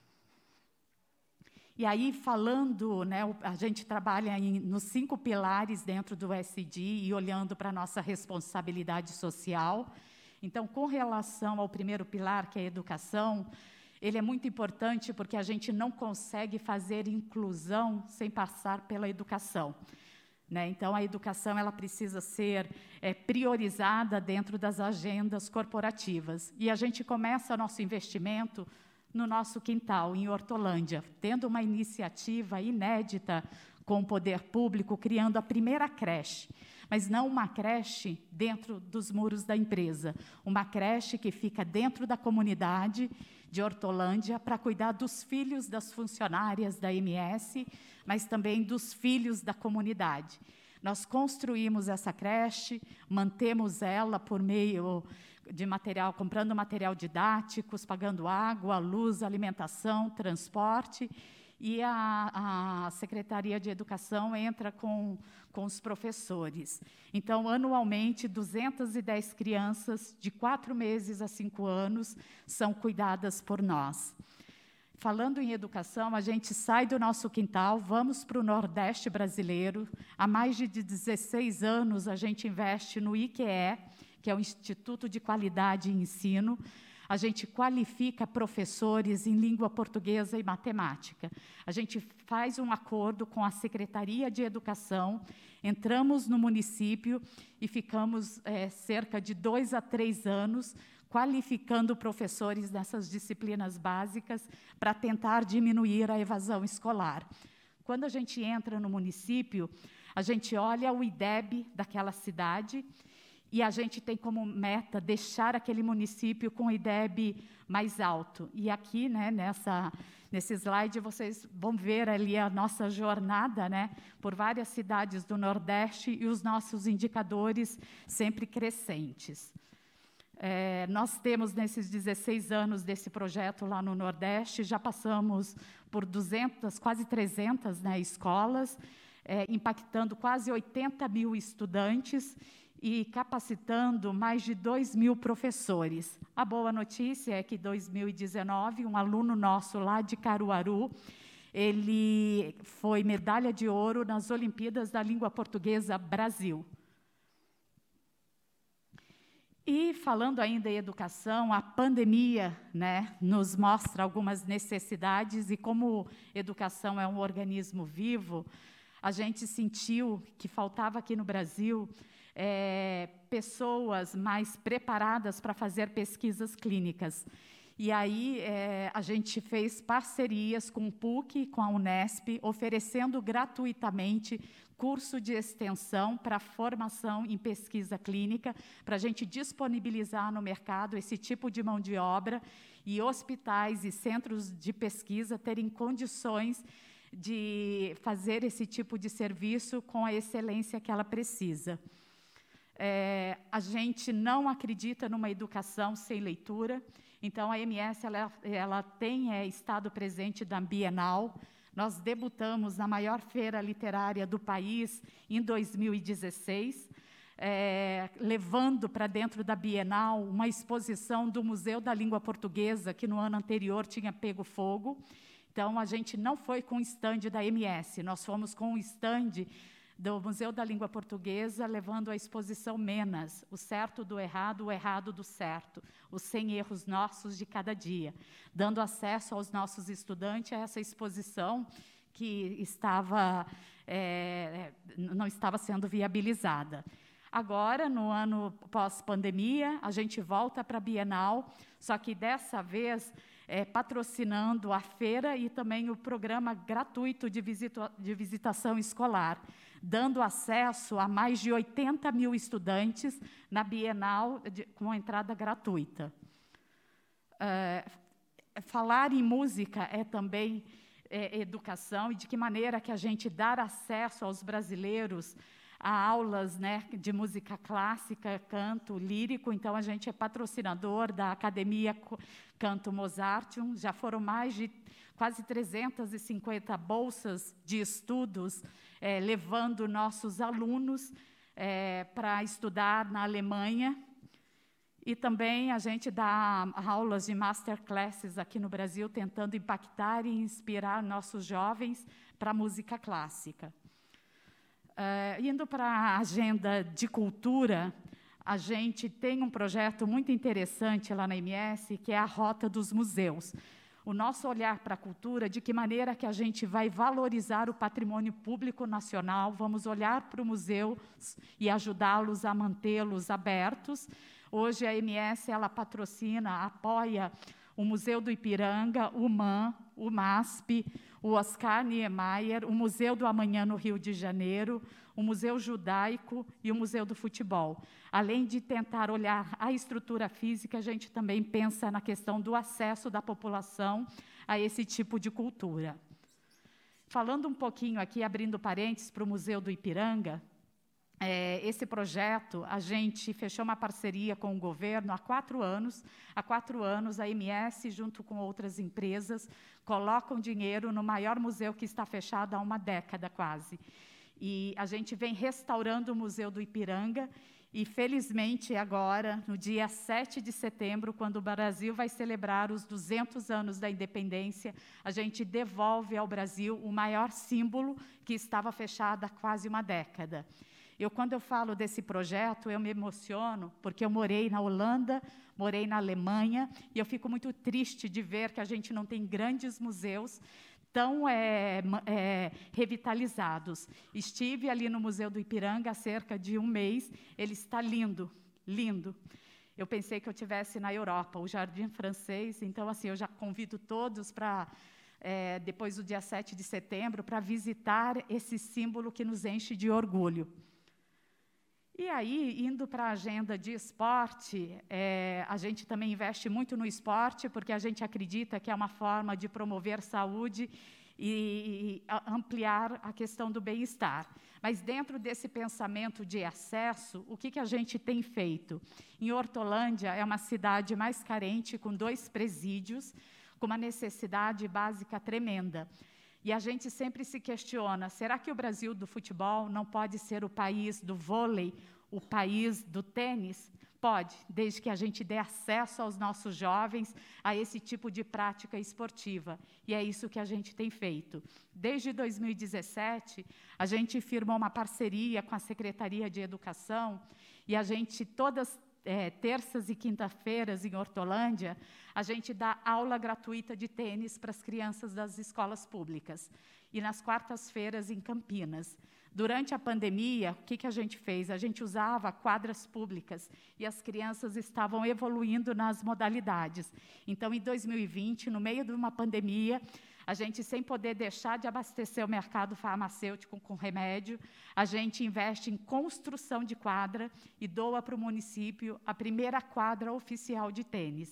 E aí, falando, né, a gente trabalha em, nos cinco pilares dentro do E S G e olhando para a nossa responsabilidade social. Então, com relação ao primeiro pilar, que é a educação, ele é muito importante porque a gente não consegue fazer inclusão sem passar pela educação. Né? Então, a educação ela precisa ser é, priorizada dentro das agendas corporativas. E a gente começa nosso investimento no nosso quintal, em Hortolândia, tendo uma iniciativa inédita com o poder público, criando a primeira creche, mas não uma creche dentro dos muros da empresa, uma creche que fica dentro da comunidade de Hortolândia para cuidar dos filhos das funcionárias da M S, mas também dos filhos da comunidade. Nós construímos essa creche, mantemos ela por meio de material, comprando material didáticos, pagando água, luz, alimentação, transporte, e a, a Secretaria de Educação entra com, com os professores. Então, anualmente, duzentas e dez crianças de quatro meses a cinco anos são cuidadas por nós. Falando em educação, a gente sai do nosso quintal, vamos para o Nordeste brasileiro. Há mais de dezesseis anos, a gente investe no I Q E, que é o Instituto de Qualidade em Ensino. A gente qualifica professores em língua portuguesa e matemática. A gente faz um acordo com a Secretaria de Educação, entramos no município e ficamos é, cerca de dois a três anos qualificando professores nessas disciplinas básicas para tentar diminuir a evasão escolar. Quando a gente entra no município, a gente olha o I D E B daquela cidade e a gente tem como meta deixar aquele município com o I D E B mais alto. E aqui, né, nessa, nesse slide, vocês vão ver ali a nossa jornada, né, por várias cidades do Nordeste e os nossos indicadores sempre crescentes. É, nós temos, nesses dezesseis anos desse projeto lá no Nordeste, já passamos por duzentas, quase trezentas, né, escolas, é, impactando quase oitenta mil estudantes e capacitando mais de dois mil professores. A boa notícia é que, em dois mil e dezenove, um aluno nosso lá de Caruaru, ele foi medalha de ouro nas Olimpíadas da Língua Portuguesa Brasil. E, falando ainda em educação, a pandemia, né, nos mostra algumas necessidades e, como educação é um organismo vivo, a gente sentiu que faltava aqui no Brasil é, pessoas mais preparadas para fazer pesquisas clínicas. E aí é, a gente fez parcerias com o P U C, com a Unesp, oferecendo gratuitamente curso de extensão para formação em pesquisa clínica, para a gente disponibilizar no mercado esse tipo de mão de obra e hospitais e centros de pesquisa terem condições de fazer esse tipo de serviço com a excelência que ela precisa. É, a gente não acredita numa educação sem leitura, então a M S ela, ela tem é, estado presente na Bienal. Nós debutamos na maior feira literária do país em dois mil e dezesseis, é, levando para dentro da Bienal uma exposição do Museu da Língua Portuguesa, que no ano anterior tinha pego fogo. Então, a gente não foi com o estande da M S, nós fomos com o estande do Museu da Língua Portuguesa, levando a exposição Menas, o certo do errado, o errado do certo, os cem erros nossos de cada dia, dando acesso aos nossos estudantes a essa exposição que estava, é, não estava sendo viabilizada. Agora, no ano pós-pandemia, a gente volta para a Bienal, só que dessa vez é, patrocinando a feira e também o programa gratuito de, visita, de visitação escolar, dando acesso a mais de oitenta mil estudantes na Bienal de, com entrada gratuita. É, falar em música é também é, educação, e de que maneira que a gente dá acesso aos brasileiros a aulas, né, de música clássica, canto lírico. Então, a gente é patrocinador da Academia Canto Mozartium. Já foram mais de quase trezentas e cinquenta bolsas de estudos, é, levando nossos alunos é, para estudar na Alemanha. E também a gente dá aulas de masterclasses aqui no Brasil, tentando impactar e inspirar nossos jovens para a música clássica. Uh, indo para a agenda de cultura, a gente tem um projeto muito interessante lá na M S, que é a Rota dos Museus. O nosso olhar para a cultura, de que maneira que a gente vai valorizar o patrimônio público nacional, vamos olhar para o museu e ajudá-los a mantê-los abertos. Hoje a M S ela patrocina, apoia o Museu do Ipiranga, o M A M, o MASP, o Oscar Niemeyer, o Museu do Amanhã no Rio de Janeiro, o Museu Judaico e o Museu do Futebol. Além de tentar olhar a estrutura física, a gente também pensa na questão do acesso da população a esse tipo de cultura. Falando um pouquinho aqui, abrindo parênteses para o Museu do Ipiranga, É, esse projeto, a gente fechou uma parceria com o governo há quatro anos. Há quatro anos, a M S, junto com outras empresas, colocam dinheiro no maior museu que está fechado há uma década quase. E a gente vem restaurando o Museu do Ipiranga E, felizmente, agora, no dia sete de setembro, quando o Brasil vai celebrar os duzentos anos da independência, a gente devolve ao Brasil o maior símbolo que estava fechado há quase uma década. Eu, quando eu falo desse projeto, eu me emociono, porque eu morei na Holanda, morei na Alemanha, e eu fico muito triste de ver que a gente não tem grandes museus tão é, é, revitalizados. Estive ali no Museu do Ipiranga há cerca de um mês, ele está lindo, lindo. Eu pensei que eu estivesse na Europa, o Jardim Francês, então, assim, eu já convido todos para, é, depois do dia sete de setembro, para visitar esse símbolo que nos enche de orgulho. E aí, indo para a agenda de esporte, é, a gente também investe muito no esporte, porque a gente acredita que é uma forma de promover saúde e, e ampliar a questão do bem-estar. Mas dentro desse pensamento de acesso, o que, que a gente tem feito? Em Hortolândia, é uma cidade mais carente, com dois presídios, com uma necessidade básica tremenda. E a gente sempre se questiona, será que o Brasil do futebol não pode ser o país do vôlei, o país do tênis? Pode, desde que a gente dê acesso aos nossos jovens a esse tipo de prática esportiva. E é isso que a gente tem feito. Desde dois mil e dezessete, a gente firmou uma parceria com a Secretaria de Educação e a gente, todas É, terças e quinta-feiras, em Hortolândia, a gente dá aula gratuita de tênis para as crianças das escolas públicas. E nas quartas-feiras, em Campinas. Durante a pandemia, o que, que a gente fez? A gente usava quadras públicas e as crianças estavam evoluindo nas modalidades. Então, em dois mil e vinte, no meio de uma pandemia, a gente, sem poder deixar de abastecer o mercado farmacêutico com remédio, a gente investe em construção de quadra e doa para o município a primeira quadra oficial de tênis.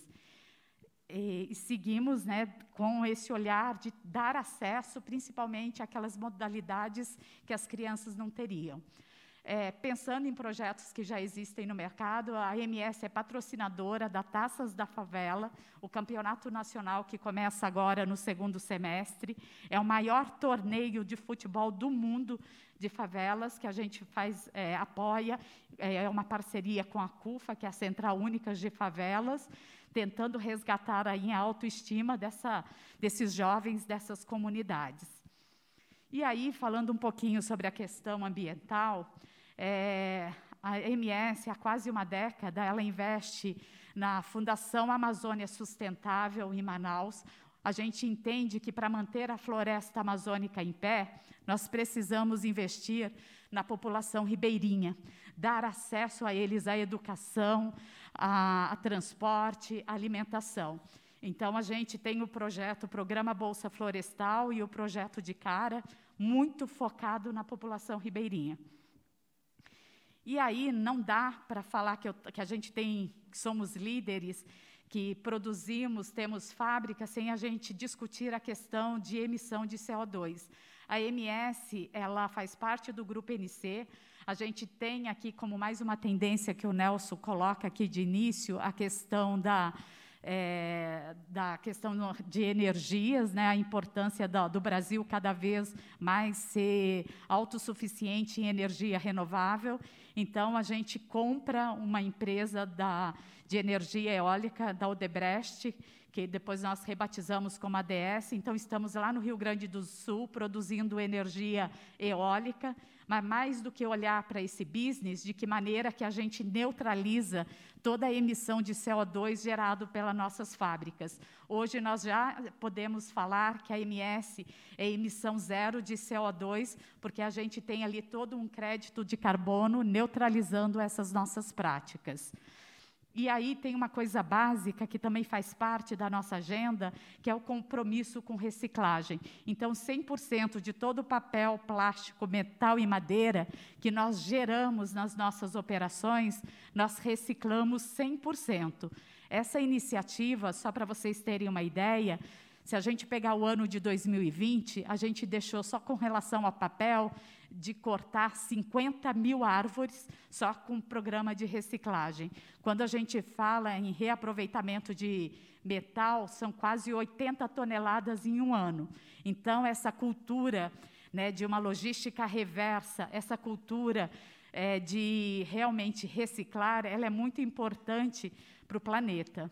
E, e seguimos, né, com esse olhar de dar acesso, principalmente, àquelas modalidades que as crianças não teriam. É, pensando em projetos que já existem no mercado, a A M S é patrocinadora da Taças da Favela, o campeonato nacional que começa agora no segundo semestre. É o maior torneio de futebol do mundo de favelas, que a gente faz, é, apoia, é uma parceria com a CUFA, que é a Central Única de Favelas, tentando resgatar aí a autoestima dessa, desses jovens, dessas comunidades. E aí, falando um pouquinho sobre a questão ambiental, é, a A M S, há quase uma década, ela investe na Fundação Amazônia Sustentável, em Manaus. A gente entende que, para manter a floresta amazônica em pé, nós precisamos investir na população ribeirinha, dar acesso a eles à educação, a, a transporte, a alimentação. Então, a gente tem o projeto, o Programa Bolsa Florestal e o projeto de Cara, muito focado na população ribeirinha. E aí não dá para falar que, eu, que a gente tem, que somos líderes, que produzimos, temos fábricas, sem a gente discutir a questão de emissão de C O dois. A A M S, ela faz parte do Grupo N C, a gente tem aqui como mais uma tendência que o Nelson coloca aqui de início, a questão da... É, da questão de energias, né, a importância do, do Brasil cada vez mais ser autossuficiente em energia renovável. Então, a gente compra uma empresa da, de energia eólica da Odebrecht, que depois nós rebatizamos como A D S. Então, estamos lá no Rio Grande do Sul, produzindo energia eólica, mas mais do que olhar para esse business, de que maneira que a gente neutraliza toda a emissão de C O dois gerado pelas nossas fábricas. Hoje, nós já podemos falar que a A M S é emissão zero de C O dois, porque a gente tem ali todo um crédito de carbono neutralizando essas nossas práticas. E aí tem uma coisa básica que também faz parte da nossa agenda, que é o compromisso com reciclagem. Então, cem por cento de todo o papel, plástico, metal e madeira que nós geramos nas nossas operações, nós reciclamos cem por cento. Essa iniciativa, só para vocês terem uma ideia, se a gente pegar o ano de dois mil e vinte, a gente deixou só com relação ao papel de cortar cinquenta mil árvores só com o programa de reciclagem. Quando a gente fala em reaproveitamento de metal, são quase oitenta toneladas em um ano. Então, essa cultura, né, de uma logística reversa, essa cultura é, de realmente reciclar, ela é muito importante para o planeta.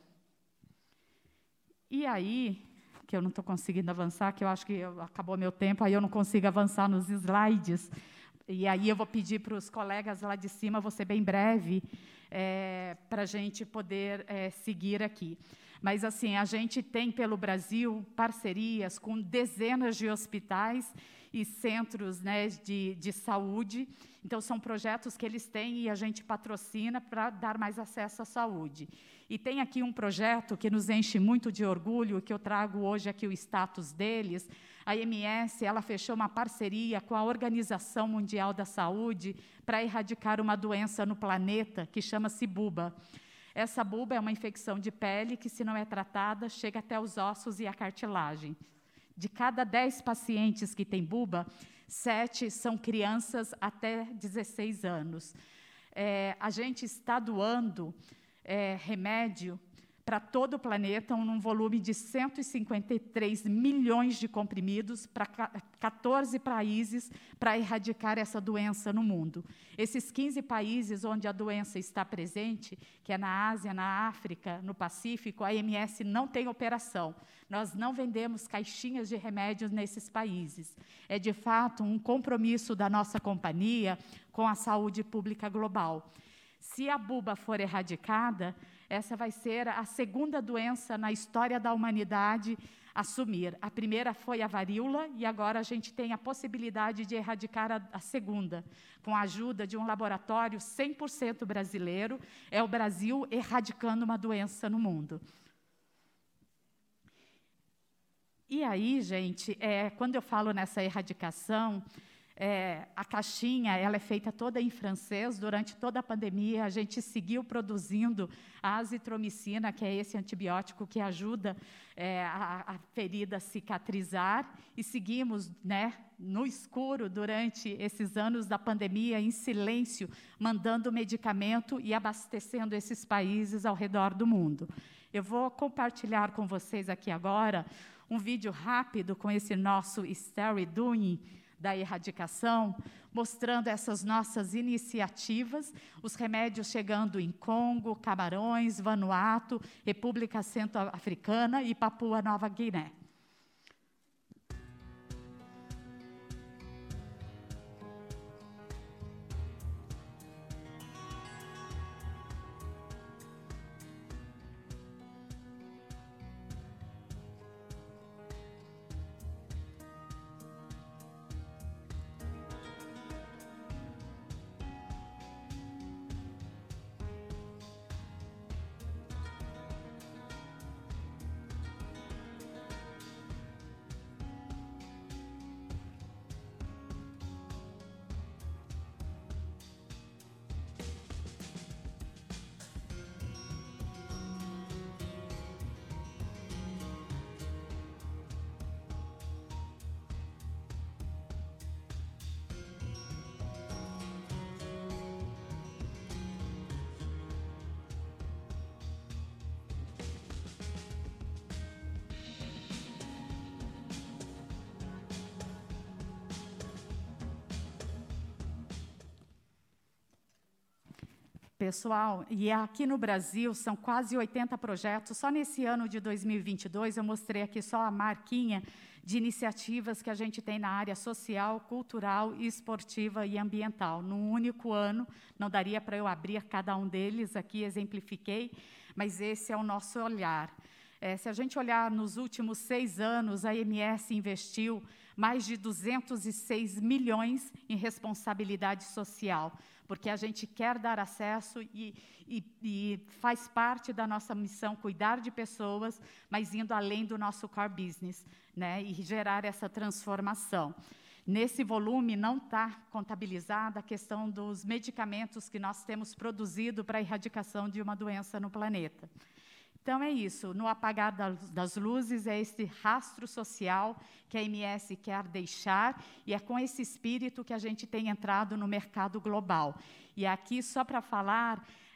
E aí, que eu não estou conseguindo avançar, que eu acho que eu, acabou meu tempo, aí eu não consigo avançar nos slides, e aí eu vou pedir para os colegas lá de cima, vou ser bem breve, é, para a gente poder é, seguir aqui. Mas, assim, a gente tem, pelo Brasil, parcerias com dezenas de hospitais e centros, né, de, de saúde. Então, são projetos que eles têm e a gente patrocina para dar mais acesso à saúde. E tem aqui um projeto que nos enche muito de orgulho, que eu trago hoje aqui o status deles. A O M S, ela fechou uma parceria com a Organização Mundial da Saúde para erradicar uma doença no planeta que chama-se buba. Essa buba é uma infecção de pele que, se não é tratada, chega até os ossos e a cartilagem. De cada dez pacientes que têm buba, sete são crianças até dezesseis anos. É, a gente está doando é, remédio para todo o planeta, num volume de cento e cinquenta e três milhões de comprimidos para quatorze países para erradicar essa doença no mundo. Esses quinze países onde a doença está presente, que é na Ásia, na África, no Pacífico, a O M S não tem operação. Nós não vendemos caixinhas de remédios nesses países. É, de fato, um compromisso da nossa companhia com a saúde pública global. Se a buba for erradicada, essa vai ser a segunda doença na história da humanidade a assumir. A primeira foi a varíola e agora a gente tem a possibilidade de erradicar a, a segunda, com a ajuda de um laboratório cem por cento brasileiro. É o Brasil erradicando uma doença no mundo. E aí, gente, é, quando eu falo nessa erradicação, É, a caixinha ela é feita toda em francês. Durante toda a pandemia, a gente seguiu produzindo a azitromicina, que é esse antibiótico que ajuda é, a, a ferida a cicatrizar, e seguimos, né, no escuro durante esses anos da pandemia, em silêncio, mandando medicamento e abastecendo esses países ao redor do mundo. Eu vou compartilhar com vocês aqui agora um vídeo rápido com esse nosso Story Doing da erradicação, mostrando essas nossas iniciativas, os remédios chegando em Congo, Camarões, Vanuatu, República Centro-Africana e Papua Nova Guiné. Pessoal, e aqui no Brasil são quase oitenta projetos. Só nesse ano de dois mil e vinte e dois, eu mostrei aqui só a marquinha de iniciativas que a gente tem na área social, cultural, esportiva e ambiental. Num único ano, não daria para eu abrir cada um deles, aqui exemplifiquei, mas esse é o nosso olhar. É, se a gente olhar nos últimos seis anos, a O M S investiu mais de duzentos e seis milhões em responsabilidade social, porque a gente quer dar acesso e, e, e faz parte da nossa missão cuidar de pessoas, mas indo além do nosso core business, né, e gerar essa transformação. Nesse volume não está contabilizada a questão dos medicamentos que nós temos produzido para a erradicação de uma doença no planeta. Então, é isso. No apagar das luzes, é esse rastro social que a O M S quer deixar, e é com esse espírito que a gente tem entrado no mercado global. E aqui, só para falar,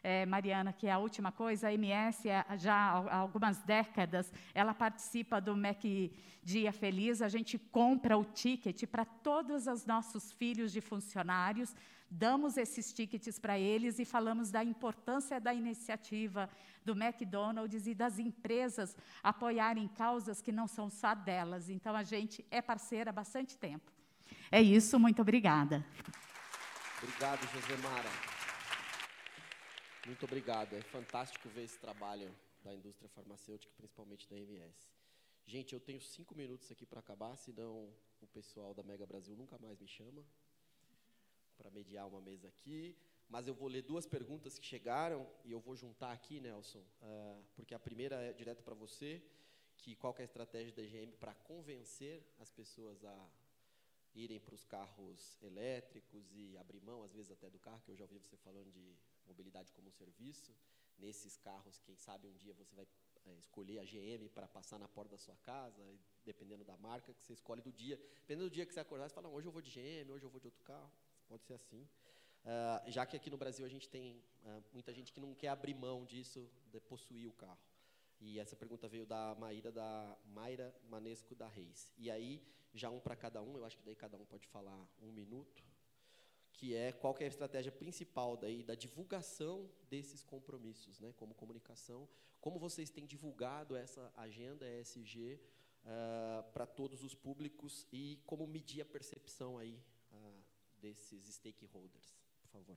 é, Mariana, que é a última coisa, a M S, já há algumas décadas, ela participa do M E C Dia Feliz, a gente compra o ticket para todos os nossos filhos de funcionários, damos esses tickets para eles e falamos da importância da iniciativa do McDonald's e das empresas apoiarem causas que não são só delas. Então, a gente é parceira há bastante tempo. É isso, muito obrigada. Obrigado, Josemara. Muito obrigado. É fantástico ver esse trabalho da indústria farmacêutica, principalmente da M S. Gente, eu tenho cinco minutos aqui para acabar, senão o pessoal da Mega Brasil nunca mais me chama para mediar uma mesa aqui. Mas eu vou ler duas perguntas que chegaram e eu vou juntar aqui, Nelson, uh, porque a primeira é direto para você, que qual que é a estratégia da G M para convencer as pessoas a irem para os carros elétricos e abrir mão, às vezes, até do carro, que eu já ouvi você falando de mobilidade como um serviço. Nesses carros, quem sabe um dia você vai é, escolher a G M para passar na porta da sua casa, e, dependendo da marca que você escolhe do dia. Dependendo do dia que você acordar, você fala, não, hoje eu vou de G M, hoje eu vou de outro carro. Pode ser assim. Uh, já que aqui no Brasil a gente tem uh, muita gente que não quer abrir mão disso, de possuir o carro. E essa pergunta veio da Maíra, da Mayra Manesco da Reis. E aí, já um para cada um, eu acho que daí cada um pode falar um minuto, que é qual que é a estratégia principal daí da divulgação desses compromissos, né, como comunicação, como vocês têm divulgado essa agenda E S G uh, para todos os públicos e como medir a percepção aí uh, desses stakeholders, por favor.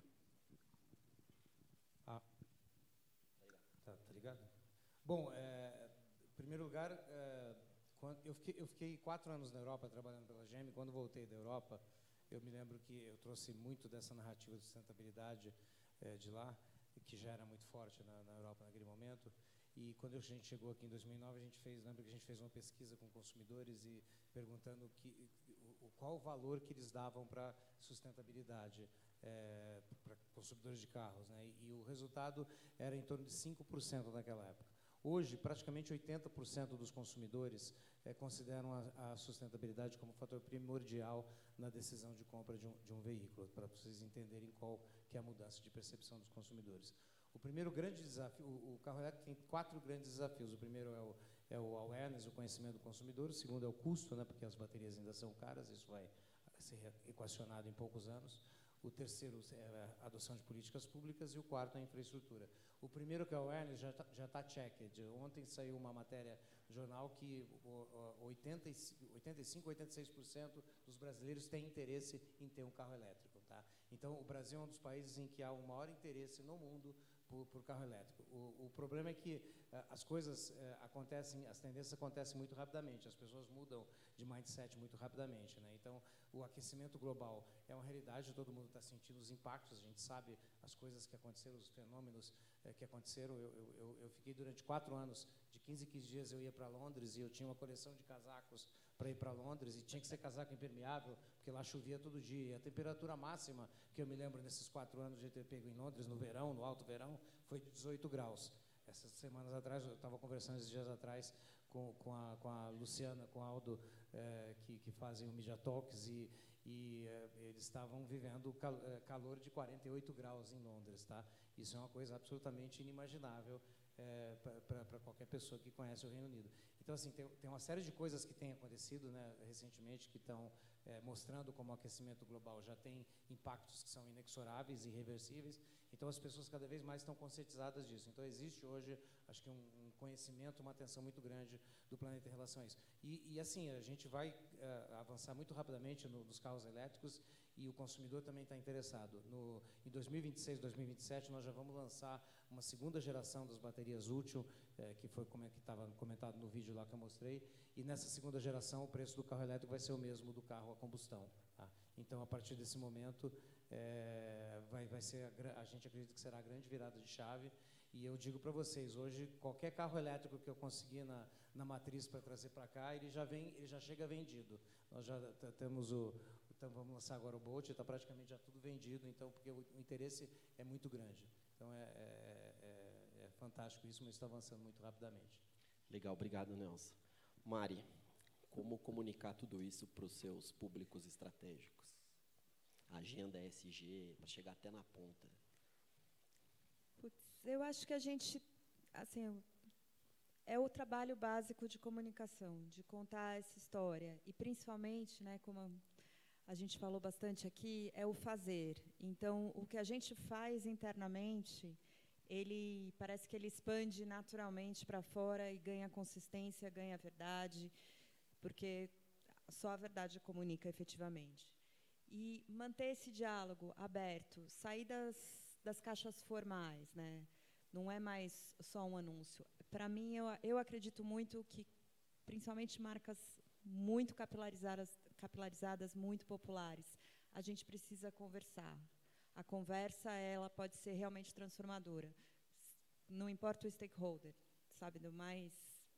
Ah. Tá, tá ligado? Bom, é, em primeiro lugar, é, quando eu, fiquei, eu fiquei quatro anos na Europa trabalhando pela G M. Quando voltei da Europa, eu me lembro que eu trouxe muito dessa narrativa de sustentabilidade é, de lá, que já era muito forte na, na Europa naquele momento. E quando a gente chegou aqui em dois mil e nove, a gente fez, lembra que a gente fez uma pesquisa com consumidores e perguntando que, o, qual o valor que eles davam para sustentabilidade é, para consumidores de carros, né? E, e o resultado era em torno de cinco por cento naquela época. Hoje, praticamente oitenta por cento dos consumidores é, consideram a, a sustentabilidade como fator primordial na decisão de compra de um, de um veículo, para vocês entenderem qual que é a mudança de percepção dos consumidores. O primeiro grande desafio, o, o carro elétrico tem quatro grandes desafios. O primeiro é o, é o awareness, o conhecimento do consumidor. O segundo é o custo, né, porque as baterias ainda são caras, isso vai ser equacionado em poucos anos. O terceiro é a adoção de políticas públicas e o quarto é a infraestrutura. O primeiro, que é o awareness, já está já tá checked. Ontem saiu uma matéria no jornal que oitenta e cinco, oitenta e seis por cento dos brasileiros têm interesse em ter um carro elétrico. Tá? Então, o Brasil é um dos países em que há o maior interesse no mundo por, por carro elétrico. O, o problema é que uh, as coisas uh, acontecem, as tendências acontecem muito rapidamente, as pessoas mudam de mindset muito rapidamente, né? Então, o aquecimento global é uma realidade, todo mundo está sentindo os impactos, a gente sabe as coisas que aconteceram, os fenômenos uh, que aconteceram. Eu, eu, eu fiquei durante quatro anos, de quinze em quinze dias eu ia para Londres e eu tinha uma coleção de casacos para ir para Londres e tinha que ser casaco impermeável, porque lá chovia todo dia. E a temperatura máxima que eu me lembro nesses quatro anos de ter pego em Londres, no verão, no alto verão, foi de dezoito graus. Essas semanas atrás, eu estava conversando esses dias atrás com, com, a, com a Luciana, com o Aldo, eh, que, que fazem o Media Talks, e, e eh, eles estavam vivendo cal, eh, calor de quarenta e oito graus em Londres. Tá? Isso é uma coisa absolutamente inimaginável eh, para qualquer pessoa que conhece o Reino Unido. Então, assim, tem, tem uma série de coisas que têm acontecido, né, recentemente, que estão é, mostrando como o aquecimento global já tem impactos que são inexoráveis e irreversíveis. Então, as pessoas cada vez mais estão conscientizadas disso. Então, existe hoje, acho que um, um conhecimento, uma atenção muito grande do planeta em relação a isso. E, e assim, a gente vai uh, avançar muito rapidamente no, nos carros elétricos e o consumidor também está interessado. No, em dois mil e vinte e seis, dois mil e vinte e sete, nós já vamos lançar uma segunda geração das baterias útil, eh, que foi como é que estava comentado no vídeo lá que eu mostrei, e nessa segunda geração o preço do carro elétrico vai ser o mesmo do carro a combustão. Tá? Então, a partir desse momento, eh, vai, vai ser a, a gente acredita que será a grande virada de chave, e eu digo para vocês, hoje, qualquer carro elétrico que eu conseguir na, na matriz para trazer para cá, ele já, vem, ele já chega vendido. Nós já temos o... Então, vamos lançar agora o Bolt, está praticamente já tudo vendido, então, porque o, o interesse é muito grande. Então, é, é, é, é fantástico isso, mas está avançando muito rapidamente. Legal, obrigado, Nelson. Mari, como comunicar tudo isso para os seus públicos estratégicos? A agenda E S G, para chegar até na ponta. Putz, eu acho que a gente, assim, é o trabalho básico de comunicação, de contar essa história. E, principalmente, né, como a gente falou bastante aqui, é o fazer. Então, o que a gente faz internamente, ele parece que ele expande naturalmente para fora e ganha consistência, ganha verdade, porque só a verdade comunica efetivamente. E manter esse diálogo aberto, sair das, das caixas formais, né? Não é mais só um anúncio. Para mim, eu, eu acredito muito que, principalmente marcas muito capilarizadas, capilarizadas, muito populares, a gente precisa conversar. A conversa, ela pode ser realmente transformadora. Não importa o stakeholder, sabe, do mais,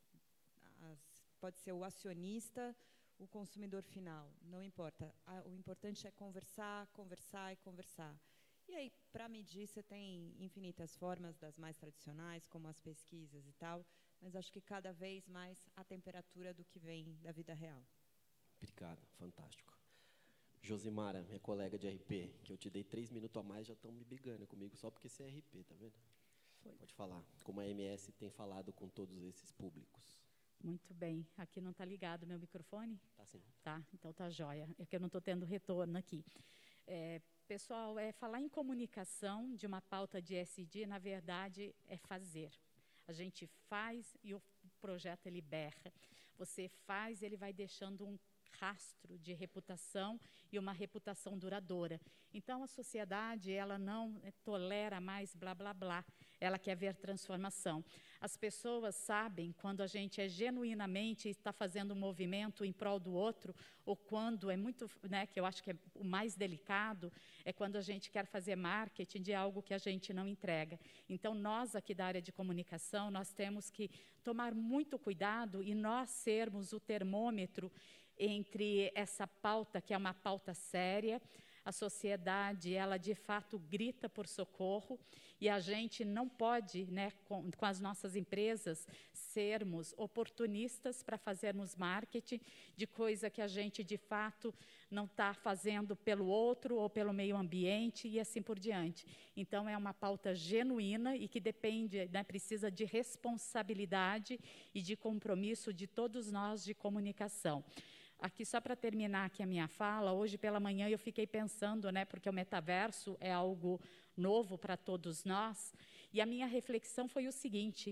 as, pode ser o acionista, o consumidor final, não importa. A, o importante é conversar, conversar e conversar. E aí, para medir, você tem infinitas formas, das mais tradicionais, como as pesquisas e tal, mas acho que cada vez mais a temperatura do que vem da vida real. Obrigado, fantástico. Josimara, minha colega de R P, que eu te dei três minutos a mais, já estão me brigando comigo só porque você é R P, tá vendo? Foi. Pode falar. Como a M S tem falado com todos esses públicos. Muito bem. Aqui não está ligado meu microfone? Tá sim. Tá, então tá jóia. É que eu não estou tendo retorno aqui. É, pessoal, é, falar em comunicação de uma pauta de E S G, na verdade, é fazer. A gente faz e o projeto ele berra. Você faz, ele vai deixando um rastro de reputação e uma reputação duradoura. Então, a sociedade, ela não tolera mais blá, blá, blá. Ela quer ver transformação. As pessoas sabem quando a gente é genuinamente está fazendo um movimento em prol do outro, ou quando é muito, né, que eu acho que é o mais delicado, é quando a gente quer fazer marketing de algo que a gente não entrega. Então, nós aqui da área de comunicação, nós temos que tomar muito cuidado e nós sermos o termômetro entre essa pauta, que é uma pauta séria. A sociedade, ela de fato grita por socorro e a gente não pode, né, com, com as nossas empresas, sermos oportunistas para fazermos marketing de coisa que a gente de fato não está fazendo pelo outro ou pelo meio ambiente e assim por diante. Então, é uma pauta genuína e que depende, né, precisa de responsabilidade e de compromisso de todos nós de comunicação. Aqui, só para terminar aqui a minha fala, hoje pela manhã eu fiquei pensando, né, porque o metaverso é algo novo para todos nós, e a minha reflexão foi o seguinte,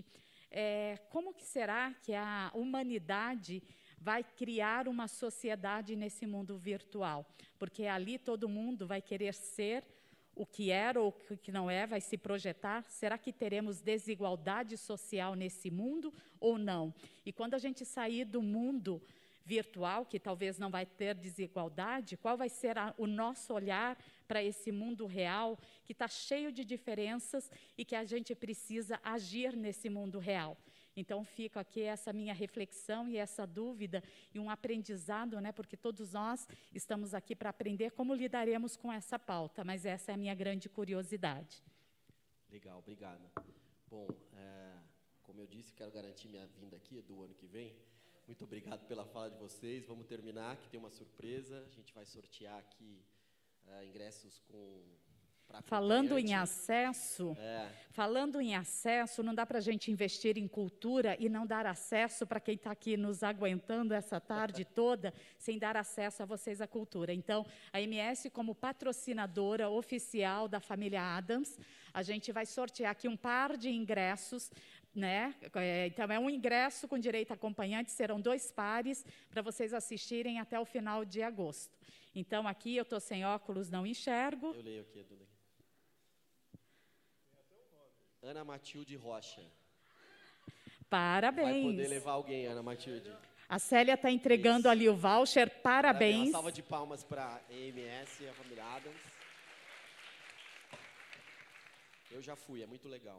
é, como que será que a humanidade vai criar uma sociedade nesse mundo virtual? Porque ali todo mundo vai querer ser o que era ou o que não é, vai se projetar. Será que teremos desigualdade social nesse mundo ou não? E quando a gente sair do mundo virtual, que talvez não vai ter desigualdade, qual vai ser a, o nosso olhar para esse mundo real, que está cheio de diferenças e que a gente precisa agir nesse mundo real. Então, fica aqui essa minha reflexão e essa dúvida e um aprendizado, né, porque todos nós estamos aqui para aprender como lidaremos com essa pauta, mas essa é a minha grande curiosidade. Legal, obrigado. Bom, é, como eu disse, quero garantir minha vinda aqui do ano que vem. Muito obrigado pela fala de vocês. Vamos terminar, que tem uma surpresa. A gente vai sortear aqui uh, ingressos com... Falando em acesso, é. falando em acesso, não dá para a gente investir em cultura e não dar acesso para quem está aqui nos aguentando essa tarde toda, sem dar acesso a vocês à cultura. Então, a M S, como patrocinadora oficial da família Adams, a gente vai sortear aqui um par de ingressos, né? Então, é um ingresso com direito a acompanhante, serão dois pares para vocês assistirem até o final de agosto. Então, aqui eu estou sem óculos, não enxergo. Eu leio aqui, Edu. Ana Matilde Rocha. Parabéns. Vai poder levar alguém, Ana Matilde. A Célia está entregando Isso. ali o voucher, parabéns. parabéns. Uma salva de palmas para a E M S e a família Adams. Eu já fui, é muito legal.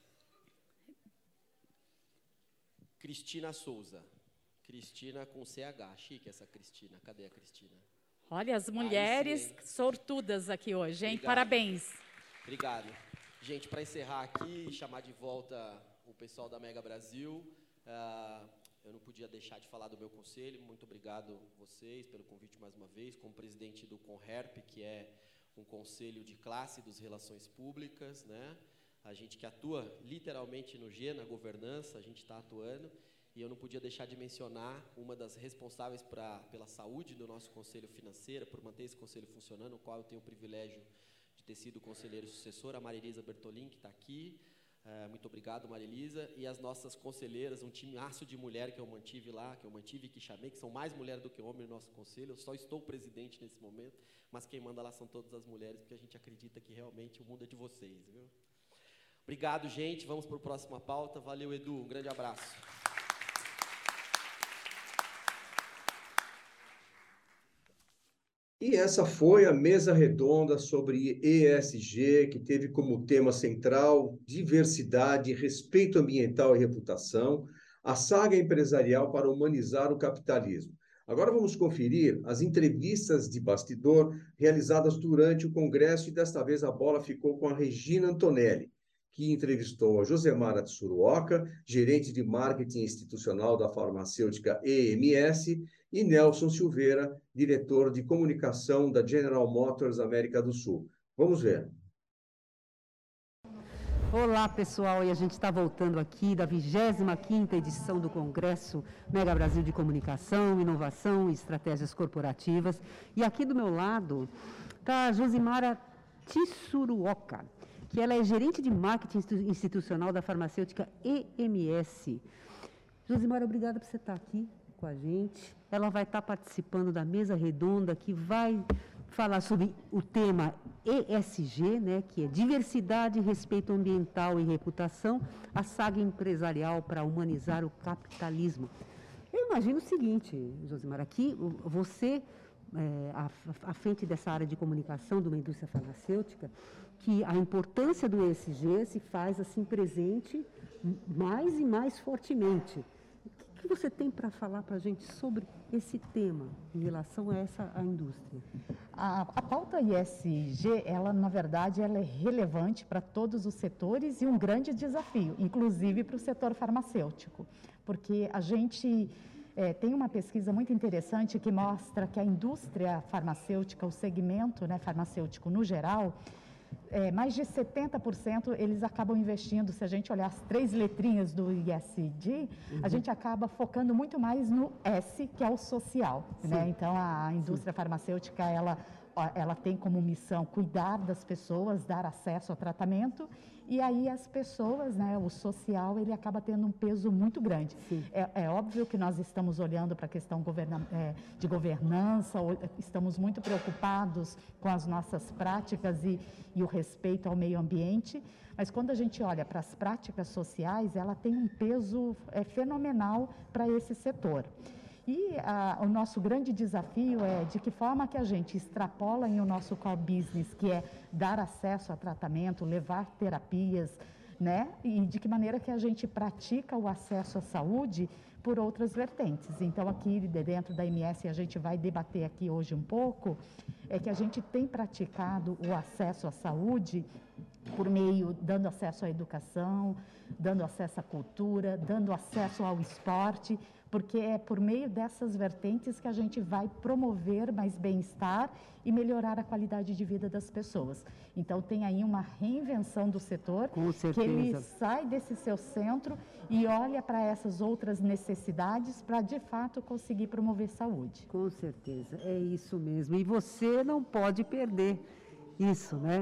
Cristina Souza. Cristina com C H. Chique essa Cristina. Cadê a Cristina? Olha, as mulheres Aí, sortudas aqui hoje, hein? Obrigado. Parabéns. Obrigado. Gente, para encerrar aqui e chamar de volta o pessoal da Mega Brasil, uh, eu não podia deixar de falar do meu conselho. Muito obrigado a vocês pelo convite mais uma vez, como presidente do CONHERP, que é um conselho de classe dos relações públicas, né? a gente que atua literalmente no G, na governança, a gente está atuando, e eu não podia deixar de mencionar uma das responsáveis pra, pela saúde do nosso Conselho Financeiro, por manter esse conselho funcionando, o qual eu tenho o privilégio de ter sido conselheiro sucessor, a Marilisa Bertolin, que está aqui. Uh, muito obrigado, Marilisa. E as nossas conselheiras, um timaço de mulher que eu mantive lá, que eu mantive e que chamei, que são mais mulheres do que homens no nosso conselho. Eu só estou presidente nesse momento, mas quem manda lá são todas as mulheres, porque a gente acredita que realmente o mundo é de vocês, viu? Obrigado, gente. Vamos para a próxima pauta. Valeu, Edu. Um grande abraço. E essa foi a mesa redonda sobre E S G, que teve como tema central diversidade, respeito ambiental e reputação, a saga empresarial para humanizar o capitalismo. Agora vamos conferir as entrevistas de bastidor realizadas durante o congresso, e desta vez a bola ficou com a Regina Antonelli, que entrevistou a Josemara Tsuruoka, gerente de marketing institucional da farmacêutica E M S, e Nelson Silveira, diretor de comunicação da General Motors América do Sul. Vamos ver. Olá, pessoal, e a gente está voltando aqui da vigésima quinta edição do Congresso Mega Brasil de Comunicação, Inovação e Estratégias Corporativas. E aqui do meu lado está a Josemara Tsuruoka, que ela é gerente de marketing institucional da farmacêutica E M S. Josemara, obrigada por você estar aqui com a gente. Ela vai estar participando da mesa redonda que vai falar sobre o tema E S G, né, que é diversidade, respeito ambiental e reputação, a saga empresarial para humanizar o capitalismo. Eu imagino o seguinte, Josemara, aqui você, é, à, à frente dessa área de comunicação de uma indústria farmacêutica, que a importância do E S G se faz assim presente mais e mais fortemente. O que você tem para falar para a gente sobre esse tema em relação a essa a indústria? A, a pauta E S G, ela na verdade, ela é relevante para todos os setores e um grande desafio, inclusive para o setor farmacêutico, porque a gente é, tem uma pesquisa muito interessante que mostra que a indústria farmacêutica, o segmento, né, farmacêutico no geral, É, mais de setenta por cento eles acabam investindo, se a gente olhar as três letrinhas do E S G, uhum. a gente acaba focando muito mais no S, que é o social, né? Então, a indústria Sim. farmacêutica, ela, ela tem como missão cuidar das pessoas, dar acesso ao tratamento, e aí as pessoas, né, o social, ele acaba tendo um peso muito grande. É, é óbvio que nós estamos olhando para a questão governa, é, de governança, estamos muito preocupados com as nossas práticas e, e o respeito ao meio ambiente, mas quando a gente olha para as práticas sociais, ela tem um peso é, fenomenal para esse setor. E a, o nosso grande desafio é de que forma que a gente extrapola em o nosso core business, que é dar acesso a tratamento, levar terapias, né? E de que maneira que a gente pratica o acesso à saúde por outras vertentes. Então, aqui dentro da M S, a gente vai debater aqui hoje um pouco, é que a gente tem praticado o acesso à saúde por meio, dando acesso à educação, dando acesso à cultura, dando acesso ao esporte, porque é por meio dessas vertentes que a gente vai promover mais bem-estar e melhorar a qualidade de vida das pessoas. Então, tem aí uma reinvenção do setor, que ele sai desse seu centro e olha para essas outras necessidades para, de fato, conseguir promover saúde. Com certeza, é isso mesmo. E você não pode perder isso, né?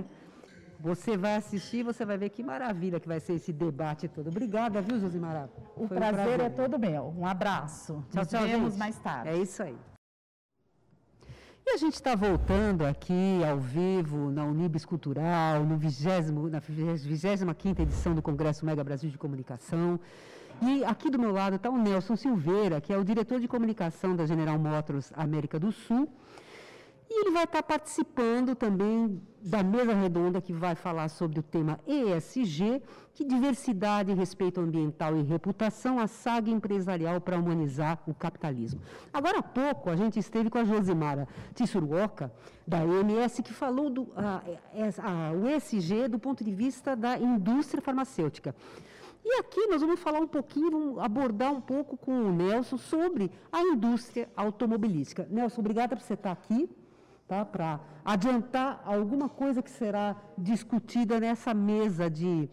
Você vai assistir, você vai ver que maravilha que vai ser esse debate todo. Obrigada, viu, Josemara? O prazer, um prazer é todo meu. Um abraço. Tchau, tchau, Nos vemos gente. mais tarde. É isso aí. E a gente está voltando aqui ao vivo na Unibis Cultural, no vigésimo, na vigésima quinta edição do Congresso Mega Brasil de Comunicação. E aqui do meu lado está o Nelson Silveira, que é o diretor de comunicação da General Motors América do Sul. E ele vai estar participando também da mesa redonda que vai falar sobre o tema E S G, que diversidade, respeito ambiental e reputação, a saga empresarial para humanizar o capitalismo. Agora há pouco a gente esteve com a Josemara Tsuruoka, da E M S, que falou do a, a, o E S G do ponto de vista da indústria farmacêutica. E aqui nós vamos falar um pouquinho, vamos abordar um pouco com o Nelson sobre a indústria automobilística. Nelson, obrigada por você estar aqui. tá? Para adiantar alguma coisa que será discutida nessa mesa de,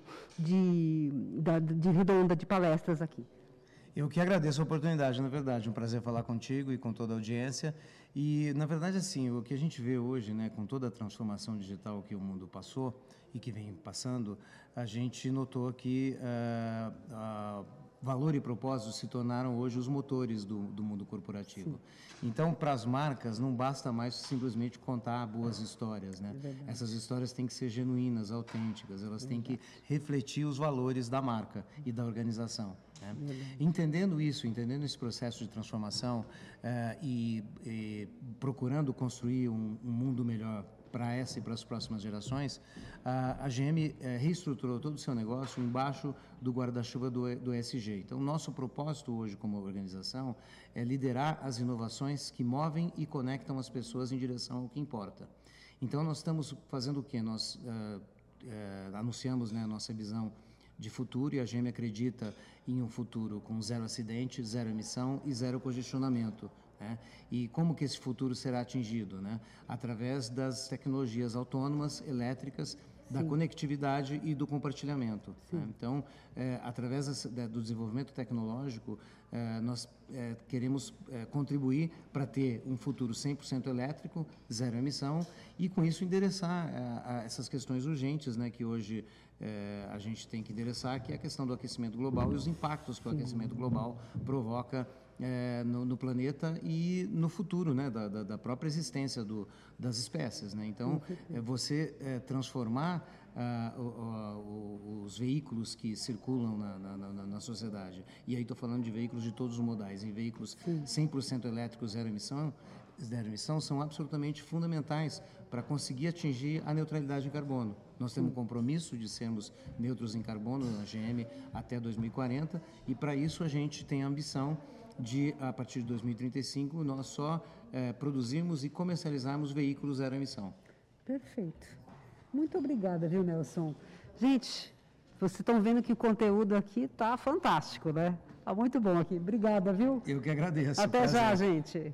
de, da- de redonda de palestras aqui. Eu que agradeço a oportunidade, na verdade, um prazer falar contigo e com toda a audiência. E, na verdade, assim, o que a gente vê hoje, né, com toda a transformação digital que o mundo passou e que vem passando, a gente notou que ah, ah, valor e propósito se tornaram hoje os motores do, do mundo corporativo. Então, para as marcas, não basta mais simplesmente contar boas histórias, né? verdade. Essas histórias têm que ser genuínas, autênticas, elas têm que refletir os valores da marca e da organização, né? Entendendo isso, entendendo esse processo de transformação eh, e, e procurando construir um, um mundo melhor para essa e para as próximas gerações, a, a G M eh, reestruturou todo o seu negócio embaixo do guarda-chuva do, E- do E S G. Então, nosso propósito hoje como organização é liderar as inovações que movem e conectam as pessoas em direção ao que importa. Então, nós estamos fazendo o quê? Nós eh, eh, anunciamos, né, a nossa visão de futuro, e a G M acredita em um futuro com zero acidente, zero emissão e zero congestionamento, né? E como que esse futuro será atingido, né? Através das tecnologias autônomas, elétricas, da Sim. conectividade e do compartilhamento, né? Então, eh, através dessa- da- do desenvolvimento tecnológico, eh, nós eh, queremos eh, contribuir para ter um futuro cem por cento elétrico, zero emissão, e com isso endereçar eh, a essas questões urgentes, né, que hoje eh, a gente tem que endereçar, que é a questão do aquecimento global e os impactos que o aquecimento global provoca eh, no, no planeta e no futuro, né, da, da- da própria existência do, das espécies, né? Então, eh, você eh, transformar ah, o- o- o- os veículos que circulam na, na- na- na sociedade, e aí estou falando de veículos de todos os modais, em veículos cem por cento elétricos, zero emissão, zero emissão, são absolutamente fundamentais para conseguir atingir a neutralidade em carbono. Nós temos um compromisso de sermos neutros em carbono na G M até dois mil e quarenta, e para isso a gente tem a ambição de, a partir de dois mil e trinta e cinco, nós só eh, produzirmos e comercializarmos veículos zero emissão. Perfeito. Muito obrigada, viu, Nelson? Gente, vocês estão vendo que o conteúdo aqui está fantástico, né? Está muito bom aqui. Obrigada, viu? Eu que agradeço. Até já, prazer. gente.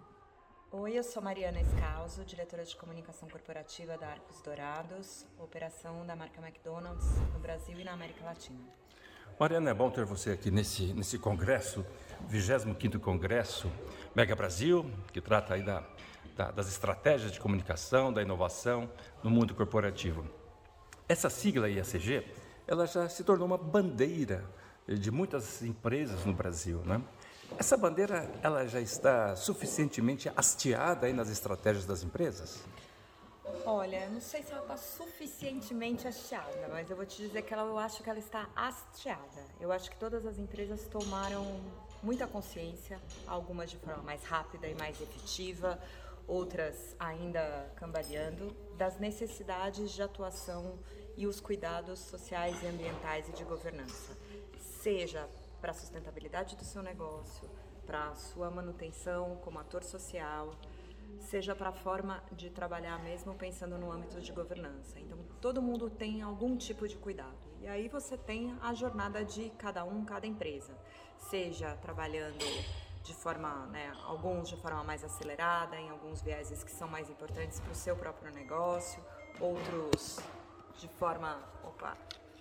Oi, eu sou Mariana Escalzo, diretora de comunicação corporativa da Arcos Dourados, operação da marca McDonald's no Brasil e na América Latina. Mariana, é bom ter você aqui nesse, nesse congresso, vigésimo quinto Congresso Mega Brasil, que trata aí da, da, das estratégias de comunicação, da inovação no mundo corporativo. Essa sigla I S G, ela já se tornou uma bandeira de muitas empresas no Brasil, né? Essa bandeira, ela já está suficientemente hasteada aí nas estratégias das empresas? Olha, eu não sei se ela está suficientemente hasteada, mas eu vou te dizer que ela, eu acho que ela está hasteada. Eu acho que todas as empresas tomaram muita consciência, algumas de forma mais rápida e mais efetiva, outras ainda cambaleando, das necessidades de atuação e os cuidados sociais e ambientais e de governança, seja para a sustentabilidade do seu negócio, para a sua manutenção como ator social, seja para a forma de trabalhar mesmo pensando no âmbito de governança. Então, todo mundo tem algum tipo de cuidado. E aí você tem a jornada de cada um, cada empresa, seja trabalhando de forma, né, alguns de forma mais acelerada, em alguns vieses que são mais importantes para o seu próprio negócio, outros de forma, opa,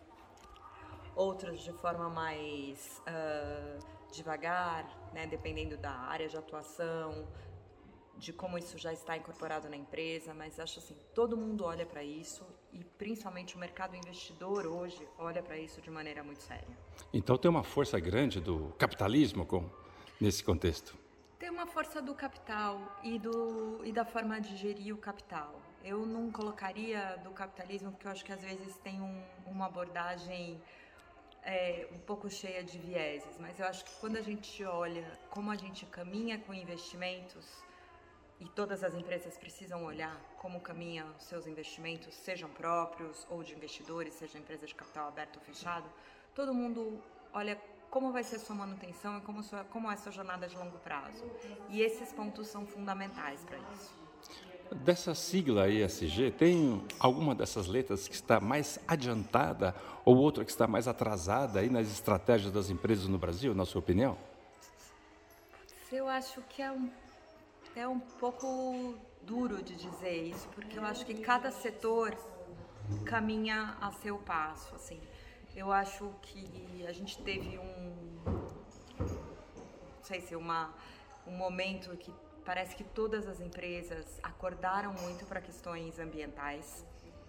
outros de forma mais uh, devagar, né, dependendo da área de atuação, de como isso já está incorporado na empresa, mas acho assim, todo mundo olha para isso e principalmente o mercado investidor hoje olha para isso de maneira muito séria. Então tem uma força grande do capitalismo com, nesse contexto. Tem uma força do capital e, do, e da forma de gerir o capital. Eu não colocaria do capitalismo porque eu acho que às vezes tem um, uma abordagem é, um pouco cheia de vieses, mas eu acho que quando a gente olha como a gente caminha com investimentos, e todas as empresas precisam olhar como caminham os seus investimentos, sejam próprios ou de investidores, seja empresa de capital aberto ou fechado, todo mundo olha como vai ser a sua manutenção e como, sua, como é a sua jornada de longo prazo. E esses pontos são fundamentais para isso. Dessa sigla I S G, tem alguma dessas letras que está mais adiantada ou outra que está mais atrasada aí nas estratégias das empresas no Brasil, na sua opinião? Eu acho que é um É um pouco duro de dizer isso, porque eu acho que cada setor caminha a seu passo, assim. Eu acho que a gente teve um, não sei se uma, um momento que parece que todas as empresas acordaram muito para questões ambientais.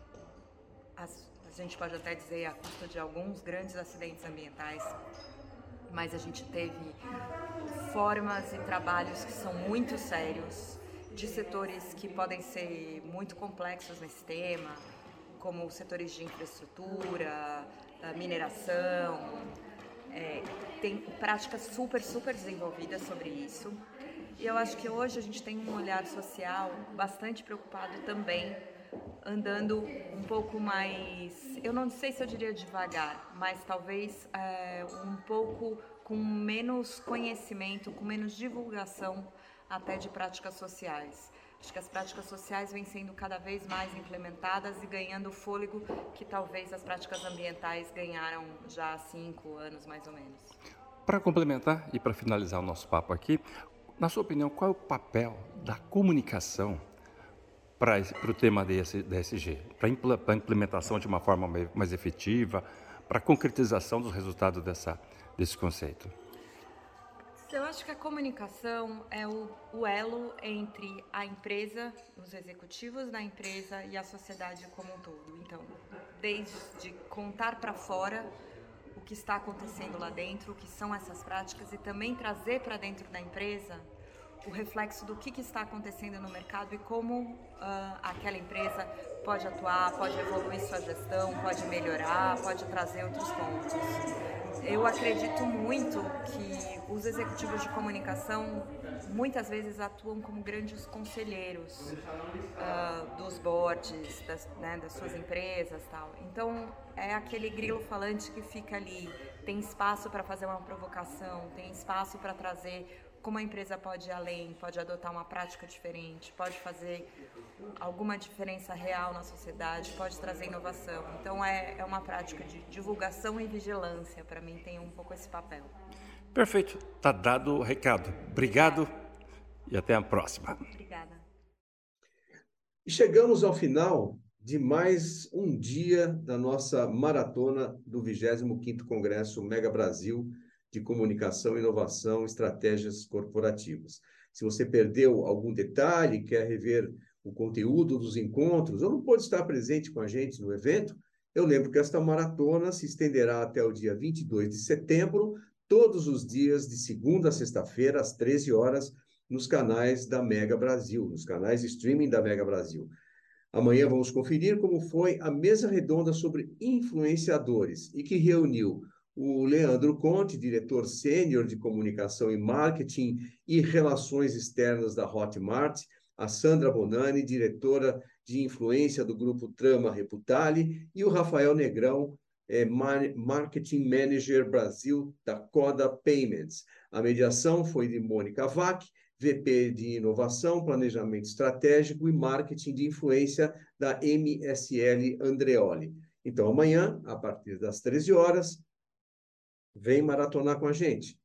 As, a gente pode até dizer a custa de alguns grandes acidentes ambientais, mas a gente teve formas e trabalhos que são muito sérios, de setores que podem ser muito complexos nesse tema, como os setores de infraestrutura, mineração, é, tem práticas super, super desenvolvidas sobre isso. E eu acho que hoje a gente tem um olhar social bastante preocupado também, andando um pouco mais, eu não sei se eu diria devagar, mas talvez é, um pouco com menos conhecimento, com menos divulgação até de práticas sociais. Acho que as práticas sociais vêm sendo cada vez mais implementadas e ganhando o fôlego que talvez as práticas ambientais ganharam já há cinco anos, mais ou menos. Para complementar e para finalizar o nosso papo aqui, na sua opinião, qual é o papel da comunicação para o tema da E S G, para a implementação de uma forma mais efetiva, para a concretização dos resultados dessa, desse conceito? Eu acho que a comunicação é o, o elo entre a empresa, os executivos da empresa e a sociedade como um todo. Então, desde contar para fora o que está acontecendo lá dentro, o que são essas práticas, e também trazer para dentro da empresa o reflexo do que, que está acontecendo no mercado e como uh, aquela empresa pode atuar, pode evoluir sua gestão, pode melhorar, pode trazer outros pontos. Eu acredito muito que os executivos de comunicação muitas vezes atuam como grandes conselheiros uh, dos boards, das, né, das suas empresas e tal. Então, é aquele grilo falante que fica ali, tem espaço para fazer uma provocação, tem espaço para trazer como a empresa pode ir além, pode adotar uma prática diferente, pode fazer alguma diferença real na sociedade, pode trazer inovação. Então é, é uma prática de divulgação e vigilância, para mim tem um pouco esse papel. Perfeito, está dado o recado. Obrigado e até a próxima. Obrigada. E chegamos ao final de mais um dia da nossa maratona do vigésimo quinto Congresso Mega Brasil de Comunicação, Inovação e Estratégias Corporativas. Se você perdeu algum detalhe, quer rever o conteúdo dos encontros, ou não pôde estar presente com a gente no evento, eu lembro que esta maratona se estenderá até o dia vinte e dois de setembro, todos os dias de segunda a sexta-feira, às treze horas, nos canais da Mega Brasil, nos canais de streaming da Mega Brasil. Amanhã vamos conferir como foi a mesa redonda sobre influenciadores e que reuniu o Leandro Conte, diretor sênior de comunicação e marketing e relações externas da Hotmart, a Sandra Bonani, diretora de influência do grupo Trama Reputale, e o Rafael Negrão, é, marketing manager Brasil da Coda Payments. A mediação foi de Mônica Vac, V P de inovação, planejamento estratégico e marketing de influência da M S L Andreoli. Então, amanhã, a partir das treze horas, vem maratonar com a gente.